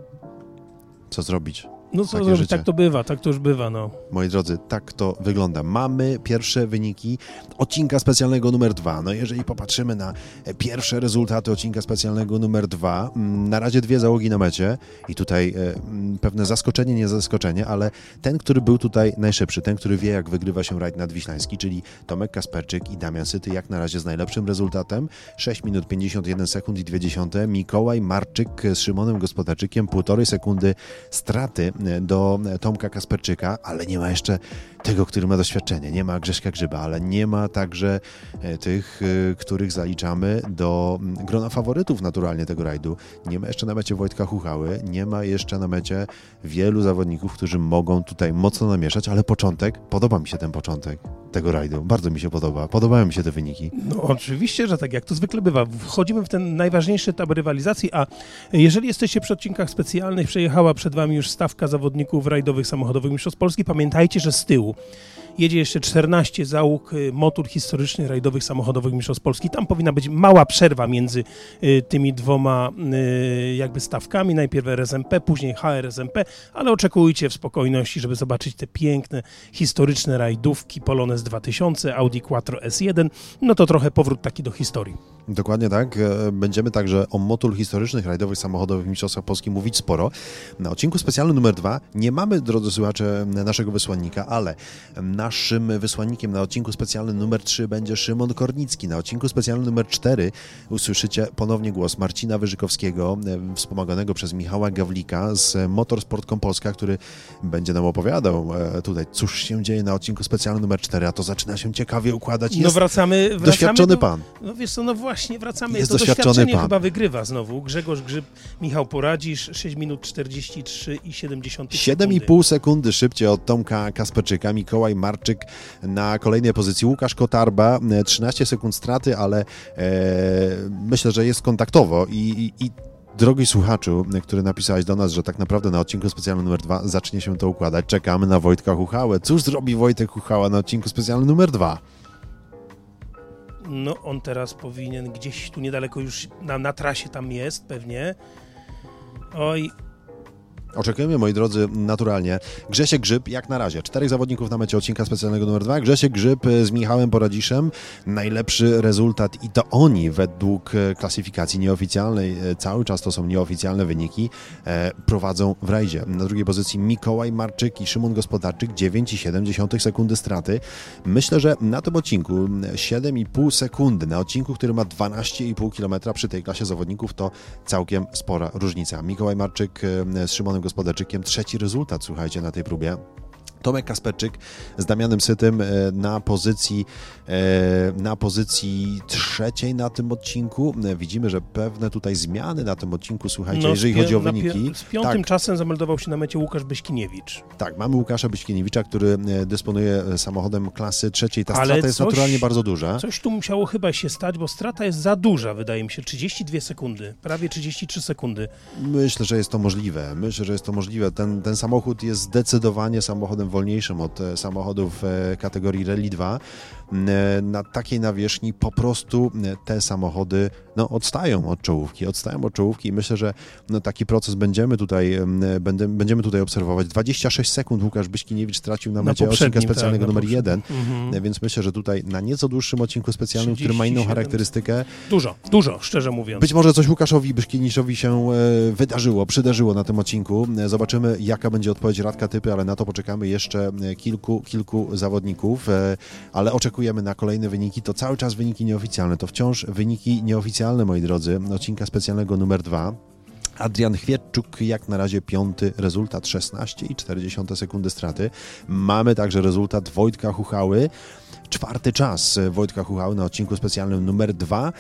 Co zrobić? No co Takie zrobić, życie. tak to bywa, tak to już bywa, no. Moi drodzy, tak to wygląda. Mamy pierwsze wyniki odcinka specjalnego numer 2. No jeżeli popatrzymy na pierwsze rezultaty odcinka specjalnego numer 2, na razie 2 załogi na mecie i tutaj pewne zaskoczenie, nie zaskoczenie, ale ten, który był tutaj najszybszy, ten, który wie, jak wygrywa się rajd nadwiślański, czyli Tomek Kasperczyk i Damian Syty, jak na razie z najlepszym rezultatem. 6 minut 51 sekund i 0,2. Mikołaj Marczyk z Szymonem Gospodarczykiem, 1,5 sekundy straty do Tomka Kasperczyka, ale nie ma jeszcze tego, który ma doświadczenie. Nie ma Grześka Grzyba, ale nie ma także tych, których zaliczamy do grona faworytów naturalnie tego rajdu. Nie ma jeszcze na mecie Wojtka Chuchały, nie ma jeszcze na mecie wielu zawodników, którzy mogą tutaj mocno namieszać, ale podoba mi się ten początek tego rajdu. Bardzo mi się podoba. Podobają mi się te wyniki. No oczywiście, że tak, jak to zwykle bywa. Wchodzimy w ten najważniejszy etap rywalizacji, a jeżeli jesteście przy odcinkach specjalnych, przejechała przed Wami już stawka zawodników rajdowych samochodowych Mistrzostw Polski. Pamiętajcie, że z tyłu jedzie jeszcze 14 załóg motor historycznych rajdowych samochodowych Mistrzostw Polski. Tam powinna być mała przerwa między tymi dwoma jakby stawkami. Najpierw RSMP, później HRSMP, ale oczekujcie w spokojności, żeby zobaczyć te piękne, historyczne rajdówki Polones 2000, Audi Quattro S1. No to trochę powrót taki do historii. Dokładnie tak. Będziemy także o motul historycznych rajdowych samochodowych Mistrzostwach Polski mówić sporo. Na odcinku specjalnym numer 2 nie mamy, drodzy słuchacze, naszego wysłannika, ale naszym wysłannikiem na odcinku specjalnym numer 3 będzie Szymon Kornicki. Na odcinku specjalnym numer 4 usłyszycie ponownie głos Marcina Wyżykowskiego, wspomaganego przez Michała Gawlika z Motorsport.com Polska, który będzie nam opowiadał tutaj, cóż się dzieje na odcinku specjalnym numer 4, a to zaczyna się ciekawie układać. Jest wracamy doświadczony pan. No wiesz co, no właśnie, wracamy. Jest to doświadczenie pan. chyba wygrywa znowu. Grzegorz Grzyb, Michał Poradzisz, 6 minut 43 i 70 7,5 sekundy szybciej od Tomka Kasperczyka. Mikołaj Marczyk na kolejnej pozycji. Łukasz Kotarba, 13 sekund straty, ale myślę, że jest kontaktowo i drogi słuchaczu, który napisałeś do nas, że tak naprawdę na odcinku specjalnym numer 2 zacznie się to układać. Czekamy na Wojtka Chuchałę. Cóż zrobi Wojtek Chuchała na odcinku specjalnym numer 2? No on teraz powinien gdzieś tu niedaleko już na trasie tam jest pewnie. Oj. Oczekujemy, moi drodzy, naturalnie. Grzesiek Grzyb, jak na razie. 4 zawodników na mecie odcinka specjalnego numer 2. Grzesiek Grzyb z Michałem Poradziszem. Najlepszy rezultat i to oni według klasyfikacji nieoficjalnej, cały czas to są nieoficjalne wyniki, prowadzą w rajdzie. Na drugiej pozycji Mikołaj Marczyk i Szymon Gospodarczyk, 9,7 sekundy straty. Myślę, że na tym odcinku 7,5 sekundy, na odcinku, który ma 12,5 km przy tej klasie zawodników, to całkiem spora różnica. Mikołaj Marczyk z Szymonem Gospodarczykiem, trzeci rezultat, słuchajcie, na tej próbie. Tomek Kasperczyk z Damianem Sytym na pozycji trzeciej na tym odcinku. Widzimy, że pewne tutaj zmiany na tym odcinku, słuchajcie, jeżeli chodzi o wyniki. Z piątym czasem zameldował się na mecie Łukasz Byśkiniewicz. Tak, mamy Łukasza Byśkiniewicza, który dysponuje samochodem klasy trzeciej. Ta strata jest naturalnie bardzo duża. Coś tu musiało chyba się stać, bo strata jest za duża, wydaje mi się. 32 sekundy, prawie 33 sekundy. Myślę, że jest to możliwe. Ten samochód jest zdecydowanie samochodem wolniejszym od samochodów kategorii Rally 2. Na takiej nawierzchni po prostu te samochody odstają od czołówki i myślę, że taki proces będziemy tutaj obserwować. 26 sekund Łukasz Byśkiniewicz stracił na mecie odcinka specjalnego numer 1, więc myślę, że tutaj na nieco dłuższym odcinku specjalnym, który ma inną charakterystykę. Dużo, szczerze mówiąc. Być może coś Łukaszowi Byśkiewiczowi się przydarzyło na tym odcinku. Zobaczymy, jaka będzie odpowiedź Radka Typy, ale na to poczekamy jeszcze jeszcze kilku zawodników, ale oczekujemy na kolejne wyniki. To cały czas wyniki nieoficjalne, to wciąż wyniki nieoficjalne, moi drodzy, odcinka specjalnego numer 2. Adrian Chwiedczuk jak na razie 5. rezultat, 16,4 sekundy straty. Mamy także rezultat Wojtka Chuchały. 4. czas Wojtka Chuchały na odcinku specjalnym numer 2,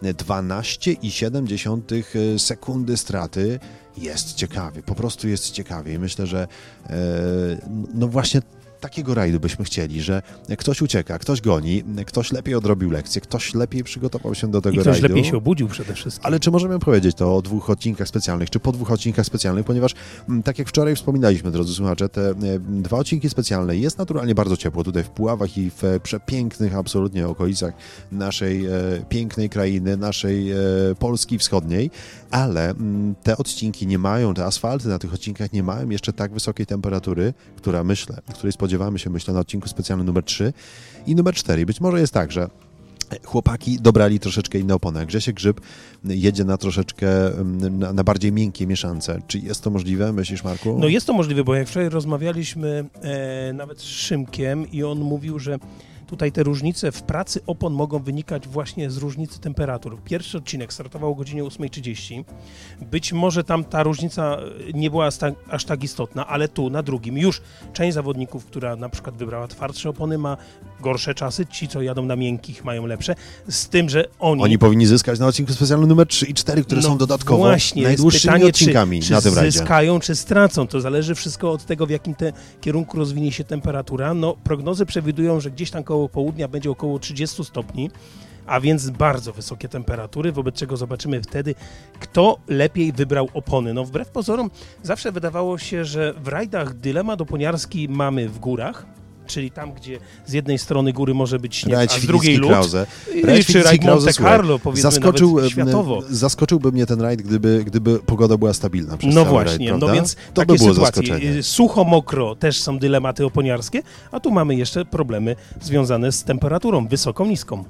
12,7 sekundy straty. Jest ciekawie, po prostu jest ciekawie i myślę, że no właśnie takiego rajdu byśmy chcieli, że ktoś ucieka, ktoś goni, ktoś lepiej odrobił lekcję, ktoś lepiej przygotował się do tego rajdu. I ktoś lepiej się obudził przede wszystkim. Ale czy możemy powiedzieć to o 2 odcinkach specjalnych, czy po 2 odcinkach specjalnych, ponieważ tak jak wczoraj wspominaliśmy, drodzy słuchacze, te 2 odcinki specjalne jest naturalnie bardzo ciepło tutaj w Puławach i w przepięknych absolutnie okolicach naszej pięknej krainy, naszej Polski wschodniej, ale te odcinki nie mają, te asfalty na tych odcinkach nie mają jeszcze tak wysokiej temperatury, której spodziewamy się, myślę, na odcinku specjalnym numer 3 i numer 4. Być może jest tak, że chłopaki dobrali troszeczkę inne opony, a Grzesiek Grzyb jedzie na troszeczkę, na bardziej miękkie mieszance. Czy jest to możliwe, myślisz, Marku? No jest to możliwe, bo jak wczoraj rozmawialiśmy nawet z Szymkiem i on mówił, że tutaj te różnice w pracy opon mogą wynikać właśnie z różnicy temperatur. Pierwszy odcinek startował o godzinie 8:30. Być może tam ta różnica nie była aż tak istotna, ale tu na drugim już część zawodników, która na przykład wybrała twardsze opony, ma gorsze czasy. Ci, co jadą na miękkich, mają lepsze. Z tym, że oni powinni zyskać na odcinku specjalnym numer 3 i 4, które są dodatkowo najdłuższymi odcinkami czy na tym rajdzie. Zyskają, czy stracą. To zależy wszystko od tego, w jakim kierunku rozwinie się temperatura. No, prognozy przewidują, że gdzieś tam koło południa będzie około 30 stopni, a więc bardzo wysokie temperatury, wobec czego zobaczymy wtedy, kto lepiej wybrał opony. No wbrew pozorom zawsze wydawało się, że w rajdach dylemat oponiarski mamy w górach, czyli tam, gdzie z jednej strony góry może być śnieg, a z drugiej lód, czy rajd Monte Carlo, powiedzmy nawet światowo. Zaskoczyłby mnie ten rajd, gdyby pogoda była stabilna przez No cały właśnie, rajd, no więc to takie by było sytuacje. zaskoczenie. Sucho, mokro też są dylematy oponiarskie, a tu mamy jeszcze problemy związane z temperaturą, wysoką, niską.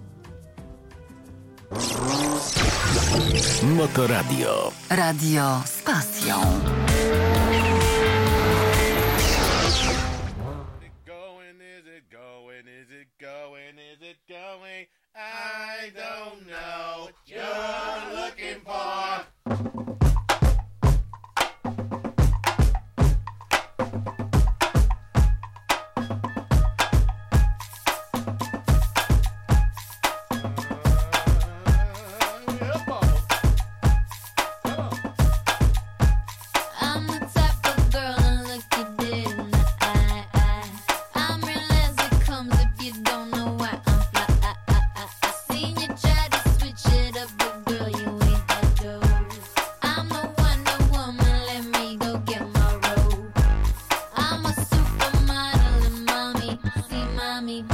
Motoradio. Radio z pasją. I don't know what you're looking for. I'm the type of girl to look you dead in the eye. I'm real as it comes if you don't know why I'm fly. I seen you try to switch it up, but girl, you ain't that dope. I'm the Wonder Woman, let me go get my robe. I'm a supermodel and mommy, see mommy.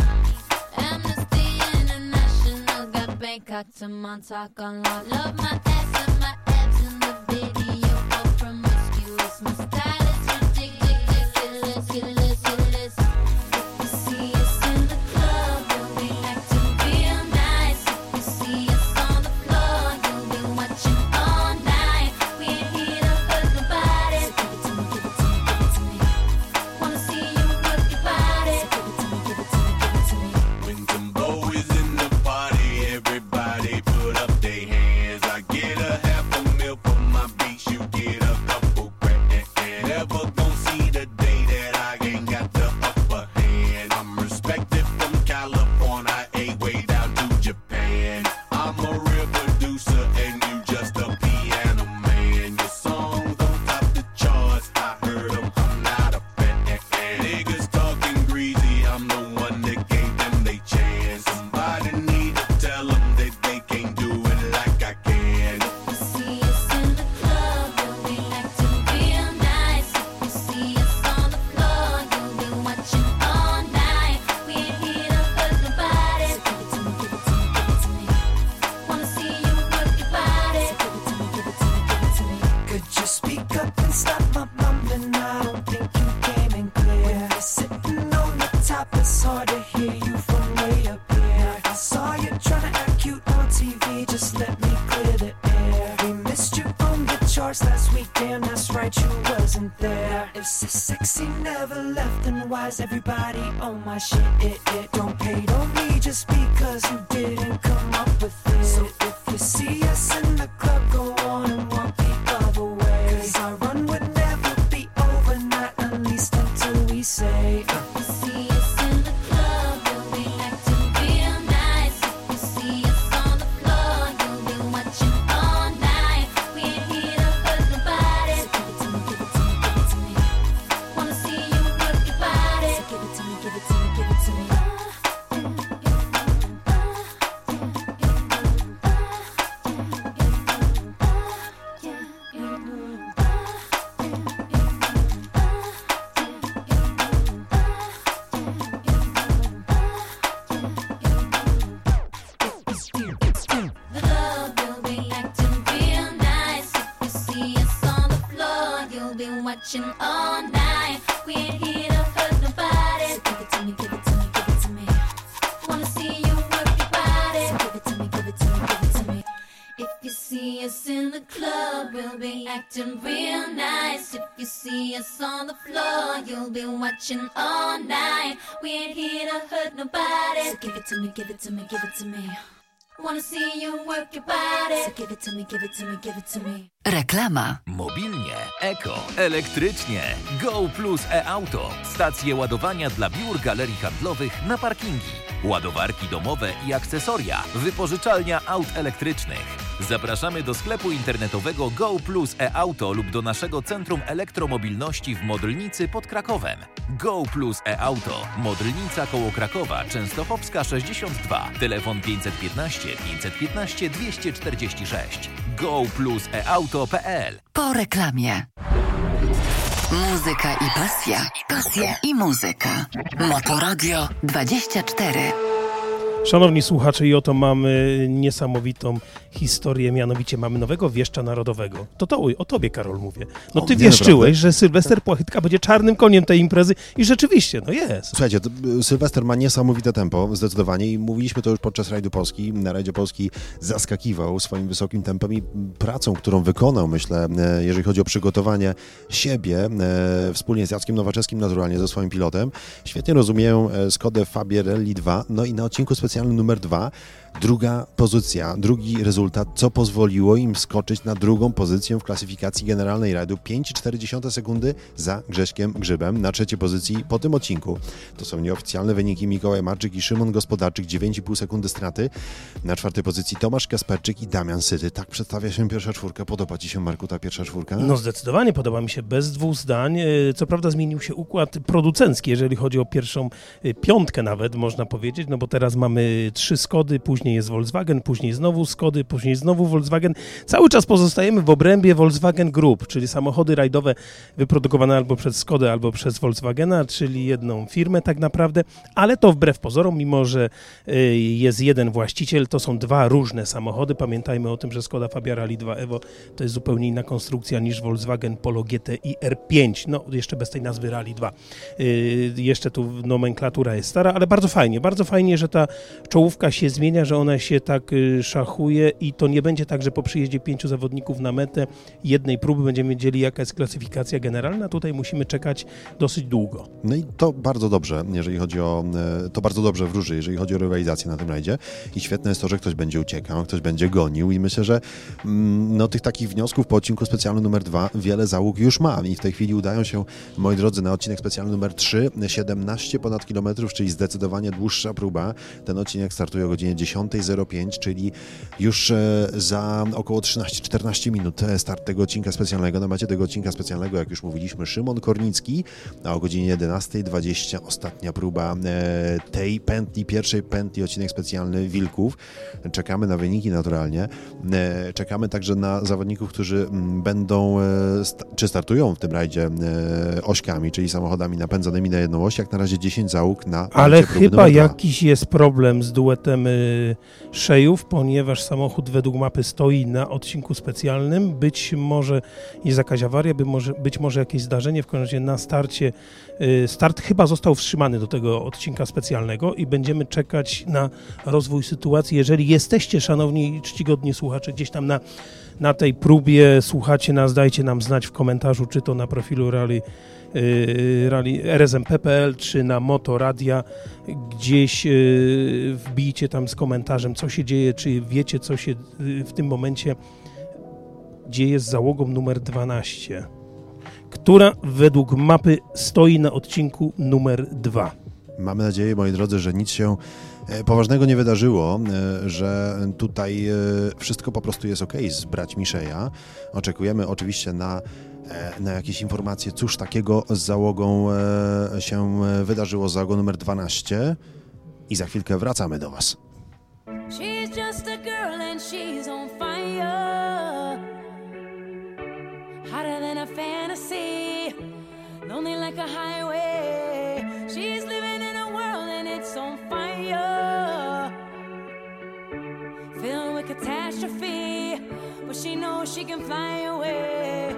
Amnesty International got Bangkok to Montauk on lock. Love my ass and my abs in the video, all promiscuous. My style is ridiculous, ridiculous. If you see us in the club, you'll be acting real nice. If you see us on the floor, you'll be watching all night. We ain't here to hurt nobody. So give it to me, give it to me, give it to me. Wanna see you work your body. So give it to me, give it to me, give it to me. When Timbo is in the party, everybody put up their hands. I get a half a meal for my beats, you get a couple grand. Never gon' see the day that I ain't got the upper hand. I'm respected from California, way down to Japan. I'm a real producer and you just a piano man. Your songs don't top the charts, I heard them, I'm not a fan. Niggas talking greasy, I'm the one that gave them they chance. Somebody need to tell them that they can't do it like I can. You see us in the club, you'll be acting real nice. If you see us on the floor, you'll be watching all night. We ain't here to hurt nobody. So give it to me, give it to me, give it to me. Wanna see you work your body. So give it to me, give it to me, give it to me. Could you speak up and stop my mumbling? I don't think you came in clear. When you're sitting on the top, it's hard to hear you from way up here. I saw you trying to act cute on TV, just let me clear the air. We missed you on the charts last weekend, that's right, you wasn't there. If so sexy never left, then why's everybody on my shit? Don't hate on me just because you didn't come up with it. So if you see us in the club, go on and walk the other way. 'Cause our run would never be over, not at least until we say watching all night. We ain't here to hurt nobody. So give it to me, give it to me, give it to me. Wanna see you work your body. So give it to me, give it to me, give it to me. If you see us in the club, we'll be acting real nice. If you see us on the floor, you'll be watching all night. We ain't here to hurt nobody. So give it to me, give it to me, give it to me. Wanna see you work your body. So give it to me, give it to me, give it to me. Reklama. Mobilnie, eko, elektrycznie. Go Plus e-Auto. Stacje ładowania dla biur, galerii handlowych na parkingi. Ładowarki domowe i akcesoria. Wypożyczalnia aut elektrycznych. Zapraszamy do sklepu internetowego Go Plus e-Auto lub do naszego Centrum Elektromobilności w Modlnicy pod Krakowem. Go Plus e-Auto. Modlnica koło Krakowa, Częstochowska 62. Telefon 515 515 246. GoPlusEauto.pl. Po reklamie. Muzyka i pasja. Pasja i muzyka. Motoradio 24. Szanowni słuchacze, i oto mamy niesamowitą historię, mianowicie mamy nowego wieszcza narodowego. To o tobie, Karol, mówię. No ty wieszczyłeś, że Sylwester Płachytka będzie czarnym koniem tej imprezy i rzeczywiście, no jest. Słuchajcie, Sylwester ma niesamowite tempo, zdecydowanie, i mówiliśmy to już podczas rajdu Polski. Na rajdzie Polski zaskakiwał swoim wysokim tempem i pracą, którą wykonał, myślę, jeżeli chodzi o przygotowanie siebie, wspólnie z Jackiem Nowaczewskim, naturalnie ze swoim pilotem. Świetnie rozumieją Skodę Fabia Rally 2, no i na odcinku specjalnym numer 2 druga pozycja, drugi rezultat, co pozwoliło im skoczyć na drugą pozycję w klasyfikacji generalnej rajdu. 5,4 sekundy za Grześkiem Grzybem na trzeciej pozycji po tym odcinku. To są nieoficjalne wyniki. Mikołaj Marczyk i Szymon Gospodarczyk, 9,5 sekundy straty. Na czwartej pozycji Tomasz Kasperczyk i Damian Syty. Tak przedstawia się pierwsza czwórka. Podoba ci się, Marku, ta pierwsza czwórka? No zdecydowanie podoba mi się, bez dwóch zdań. Co prawda zmienił się układ producencki, jeżeli chodzi o pierwszą piątkę nawet, można powiedzieć, no bo teraz mamy 3 Skody, później jest Volkswagen, później znowu Skody, później znowu Volkswagen. Cały czas pozostajemy w obrębie Volkswagen Group, czyli samochody rajdowe wyprodukowane albo przez Skodę, albo przez Volkswagena, czyli jedną firmę tak naprawdę, ale to wbrew pozorom, mimo że jest jeden właściciel, to są dwa różne samochody. Pamiętajmy o tym, że Skoda Fabia Rally 2 Evo to jest zupełnie inna konstrukcja niż Volkswagen Polo GTI R5, no jeszcze bez tej nazwy Rally 2. Jeszcze tu nomenklatura jest stara, ale bardzo fajnie, że ta czołówka się zmienia, że ona się tak szachuje i to nie będzie tak, że po przyjeździe 5 zawodników na metę jednej próby będziemy wiedzieli, jaka jest klasyfikacja generalna. Tutaj musimy czekać dosyć długo. No i to bardzo dobrze, jeżeli chodzi o... To bardzo dobrze wróży, jeżeli chodzi o rywalizację na tym rajdzie. I świetne jest to, że ktoś będzie uciekał, ktoś będzie gonił i myślę, że no, tych takich wniosków po odcinku specjalnym numer 2 wiele załóg już ma i w tej chwili udają się, moi drodzy, na odcinek specjalny numer 3, 17 ponad kilometrów, czyli zdecydowanie dłuższa próba. Ten odcinek startuje o godzinie 10:05, czyli już za około 13-14 minut start tego odcinka specjalnego. Na macie tego odcinka specjalnego, jak już mówiliśmy, Szymon Kornicki, a o godzinie 11:20 ostatnia próba tej pętli, pierwszej pętli, odcinek specjalny Wilków. Czekamy na wyniki naturalnie. Czekamy także na zawodników, którzy będą, czy startują w tym rajdzie ośkami, czyli samochodami napędzanymi na jedną oś. Jak na razie 10 załóg na... Ale chyba jakiś jest problem z duetem Szejów, ponieważ samochód według mapy stoi na odcinku specjalnym. Być może jest jakaś awaria, być może jakieś zdarzenie. W każdym razie na starcie start chyba został wstrzymany do tego odcinka specjalnego i będziemy czekać na rozwój sytuacji. Jeżeli jesteście, szanowni i czcigodni słuchacze, gdzieś tam na tej próbie. Słuchacie nas, dajcie nam znać w komentarzu, czy to na profilu Rally rsmp.pl, czy na Motoradia. Gdzieś wbijcie tam z komentarzem, co się dzieje, czy wiecie, co się w tym momencie dzieje z załogą numer 12, która według mapy stoi na odcinku numer 2. Mamy nadzieję, moi drodzy, że nic się poważnego nie wydarzyło, że tutaj wszystko po prostu jest okej z braćmi Szeja. Oczekujemy oczywiście na jakieś informacje, cóż takiego z załogą się wydarzyło, z załogą numer 12, i za chwilkę wracamy do Was. She's just a girl and she's on fire, hotter than a fantasy, lonely like a highway. She's living in a world and it's on fire, filled with catastrophe, but she knows she can fly away.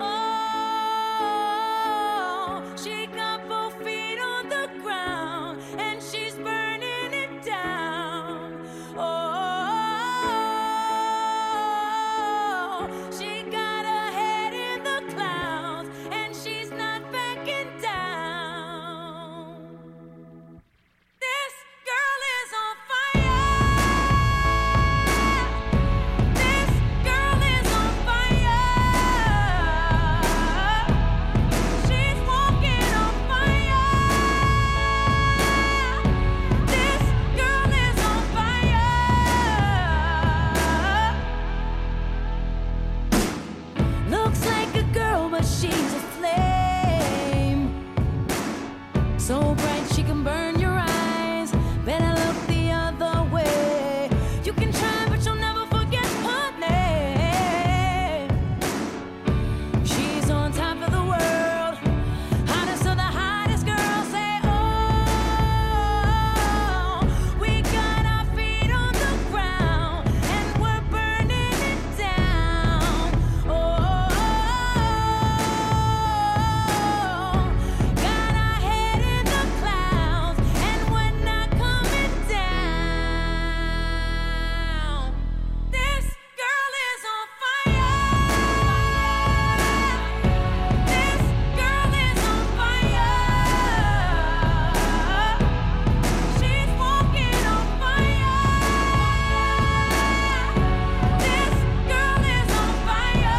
Oh, she got both feet on the ground and she's burning it down. Oh, she got her head in the clouds and she's not backing down. This girl is on fire. This girl is on fire. She's walking on fire. This girl is on fire. Looks like a girl, but she's a flame. So bright she can burn your eyes. Better look the other way. You can try, but you'll never forget her name. She's on top of the world, hottest of the hottest girls. Say, oh, we got our feet on the ground and we're burning it down. Oh, got our head in the clouds and we're not coming down. This girl is on fire. This girl is on fire. She's walking on fire. This girl is on fire.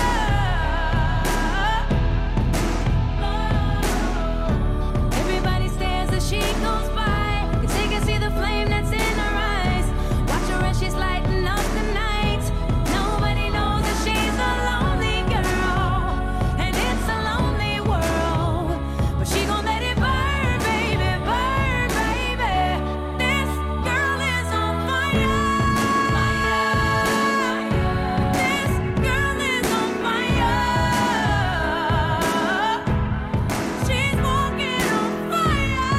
Everybody stares as she goes by, 'cause they can see the flame that's in her eyes. Watch her as she's lighting up the night. Nobody knows that she's a lonely girl, and it's a lonely world. But she gon' let it burn, baby, burn, baby. This girl is on fire. This girl is on fire. She's walking on fire.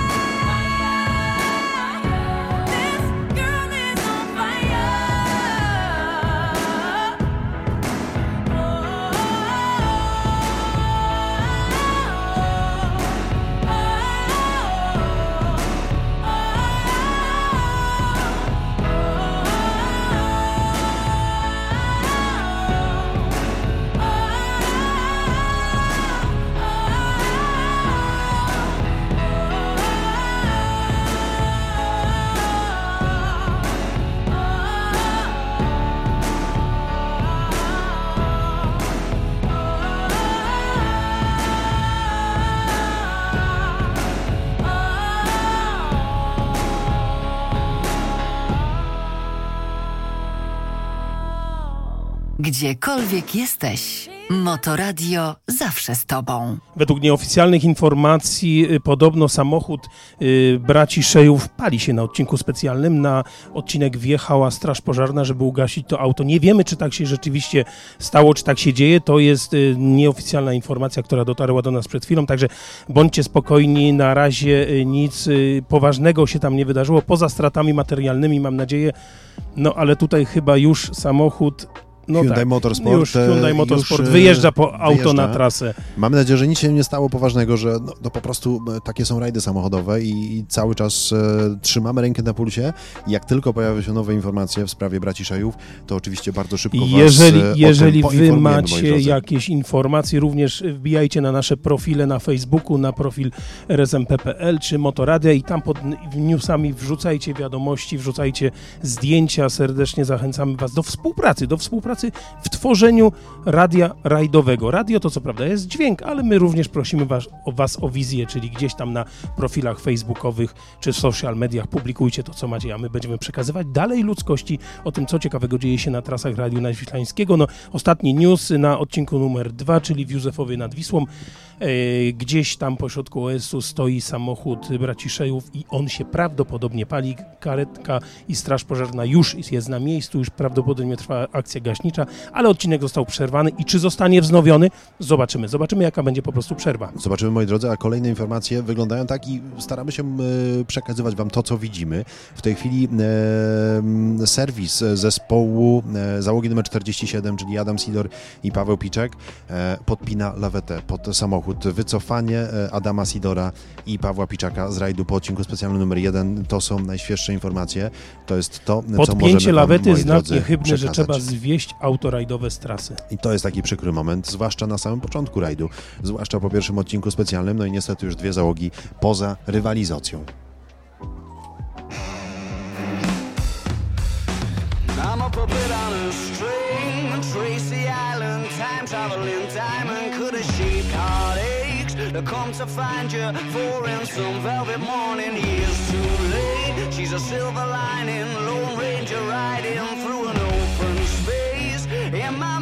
This girl is on fire. Gdziekolwiek jesteś, Motoradio zawsze z Tobą. Według nieoficjalnych informacji podobno samochód braci Szejów pali się na odcinku specjalnym. Na odcinek wjechała straż pożarna, żeby ugasić to auto. Nie wiemy, czy tak się rzeczywiście stało, czy tak się dzieje. To jest nieoficjalna informacja, która dotarła do nas przed chwilą, także bądźcie spokojni. Na razie nic poważnego się tam nie wydarzyło, poza stratami materialnymi, mam nadzieję. No ale tutaj chyba już samochód Hyundai Motorsport. Już Hyundai Motorsport wyjeżdża po auto na trasę. Mamy nadzieję, że nic się nie stało poważnego, że no po prostu takie są rajdy samochodowe i cały czas trzymamy rękę na pulsie. Jak tylko pojawią się nowe informacje w sprawie braci Szajów, to oczywiście bardzo szybko Jeżeli wy macie jakieś informacje, również wbijajcie na nasze profile na Facebooku, na profil rsmp.pl czy Motoradia i tam pod newsami wrzucajcie wiadomości, wrzucajcie zdjęcia. Serdecznie zachęcamy was do współpracy w tworzeniu radia rajdowego. Radio to co prawda jest dźwięk, ale my również prosimy was o wizję, czyli gdzieś tam na profilach facebookowych czy w social mediach publikujcie to, co macie, a my będziemy przekazywać dalej ludzkości o tym, co ciekawego dzieje się na trasach Radiu Nadwiślańskiego. No, ostatni news na odcinku numer 2, czyli w Józefowie nad Wisłą. Gdzieś tam pośrodku OS-u stoi samochód braci Szejów i on się prawdopodobnie pali. Karetka i straż pożarna już jest na miejscu, już prawdopodobnie trwa akcja gaśnicza, ale odcinek został przerwany i czy zostanie wznowiony? Zobaczymy, jaka będzie po prostu przerwa. Zobaczymy, moi drodzy, a kolejne informacje wyglądają tak i staramy się przekazywać wam to, co widzimy. W tej chwili serwis zespołu załogi numer 47, czyli Adam Sidor i Paweł Piczek, podpina lawetę pod samochód. Wycofanie Adama Sidora i Pawła Piczaka z rajdu po odcinku specjalnym numer 1 to są najświeższe informacje. To jest to, co możemy podpięcie lawety wam, moi znak drodzy, niechybny, że przekazać. trzeba zwieść auto rajdowe z trasy. I to jest taki przykry moment, zwłaszcza na samym początku rajdu, zwłaszcza po pierwszym odcinku specjalnym, no i niestety już dwie załogi poza rywalizacją. I'm a puppet on a string, Tracy Island, time traveling diamond, could have shaped heartaches to come to find you for in some velvet morning. Years too late, she's a silver lining, Lone Ranger riding through an open space in my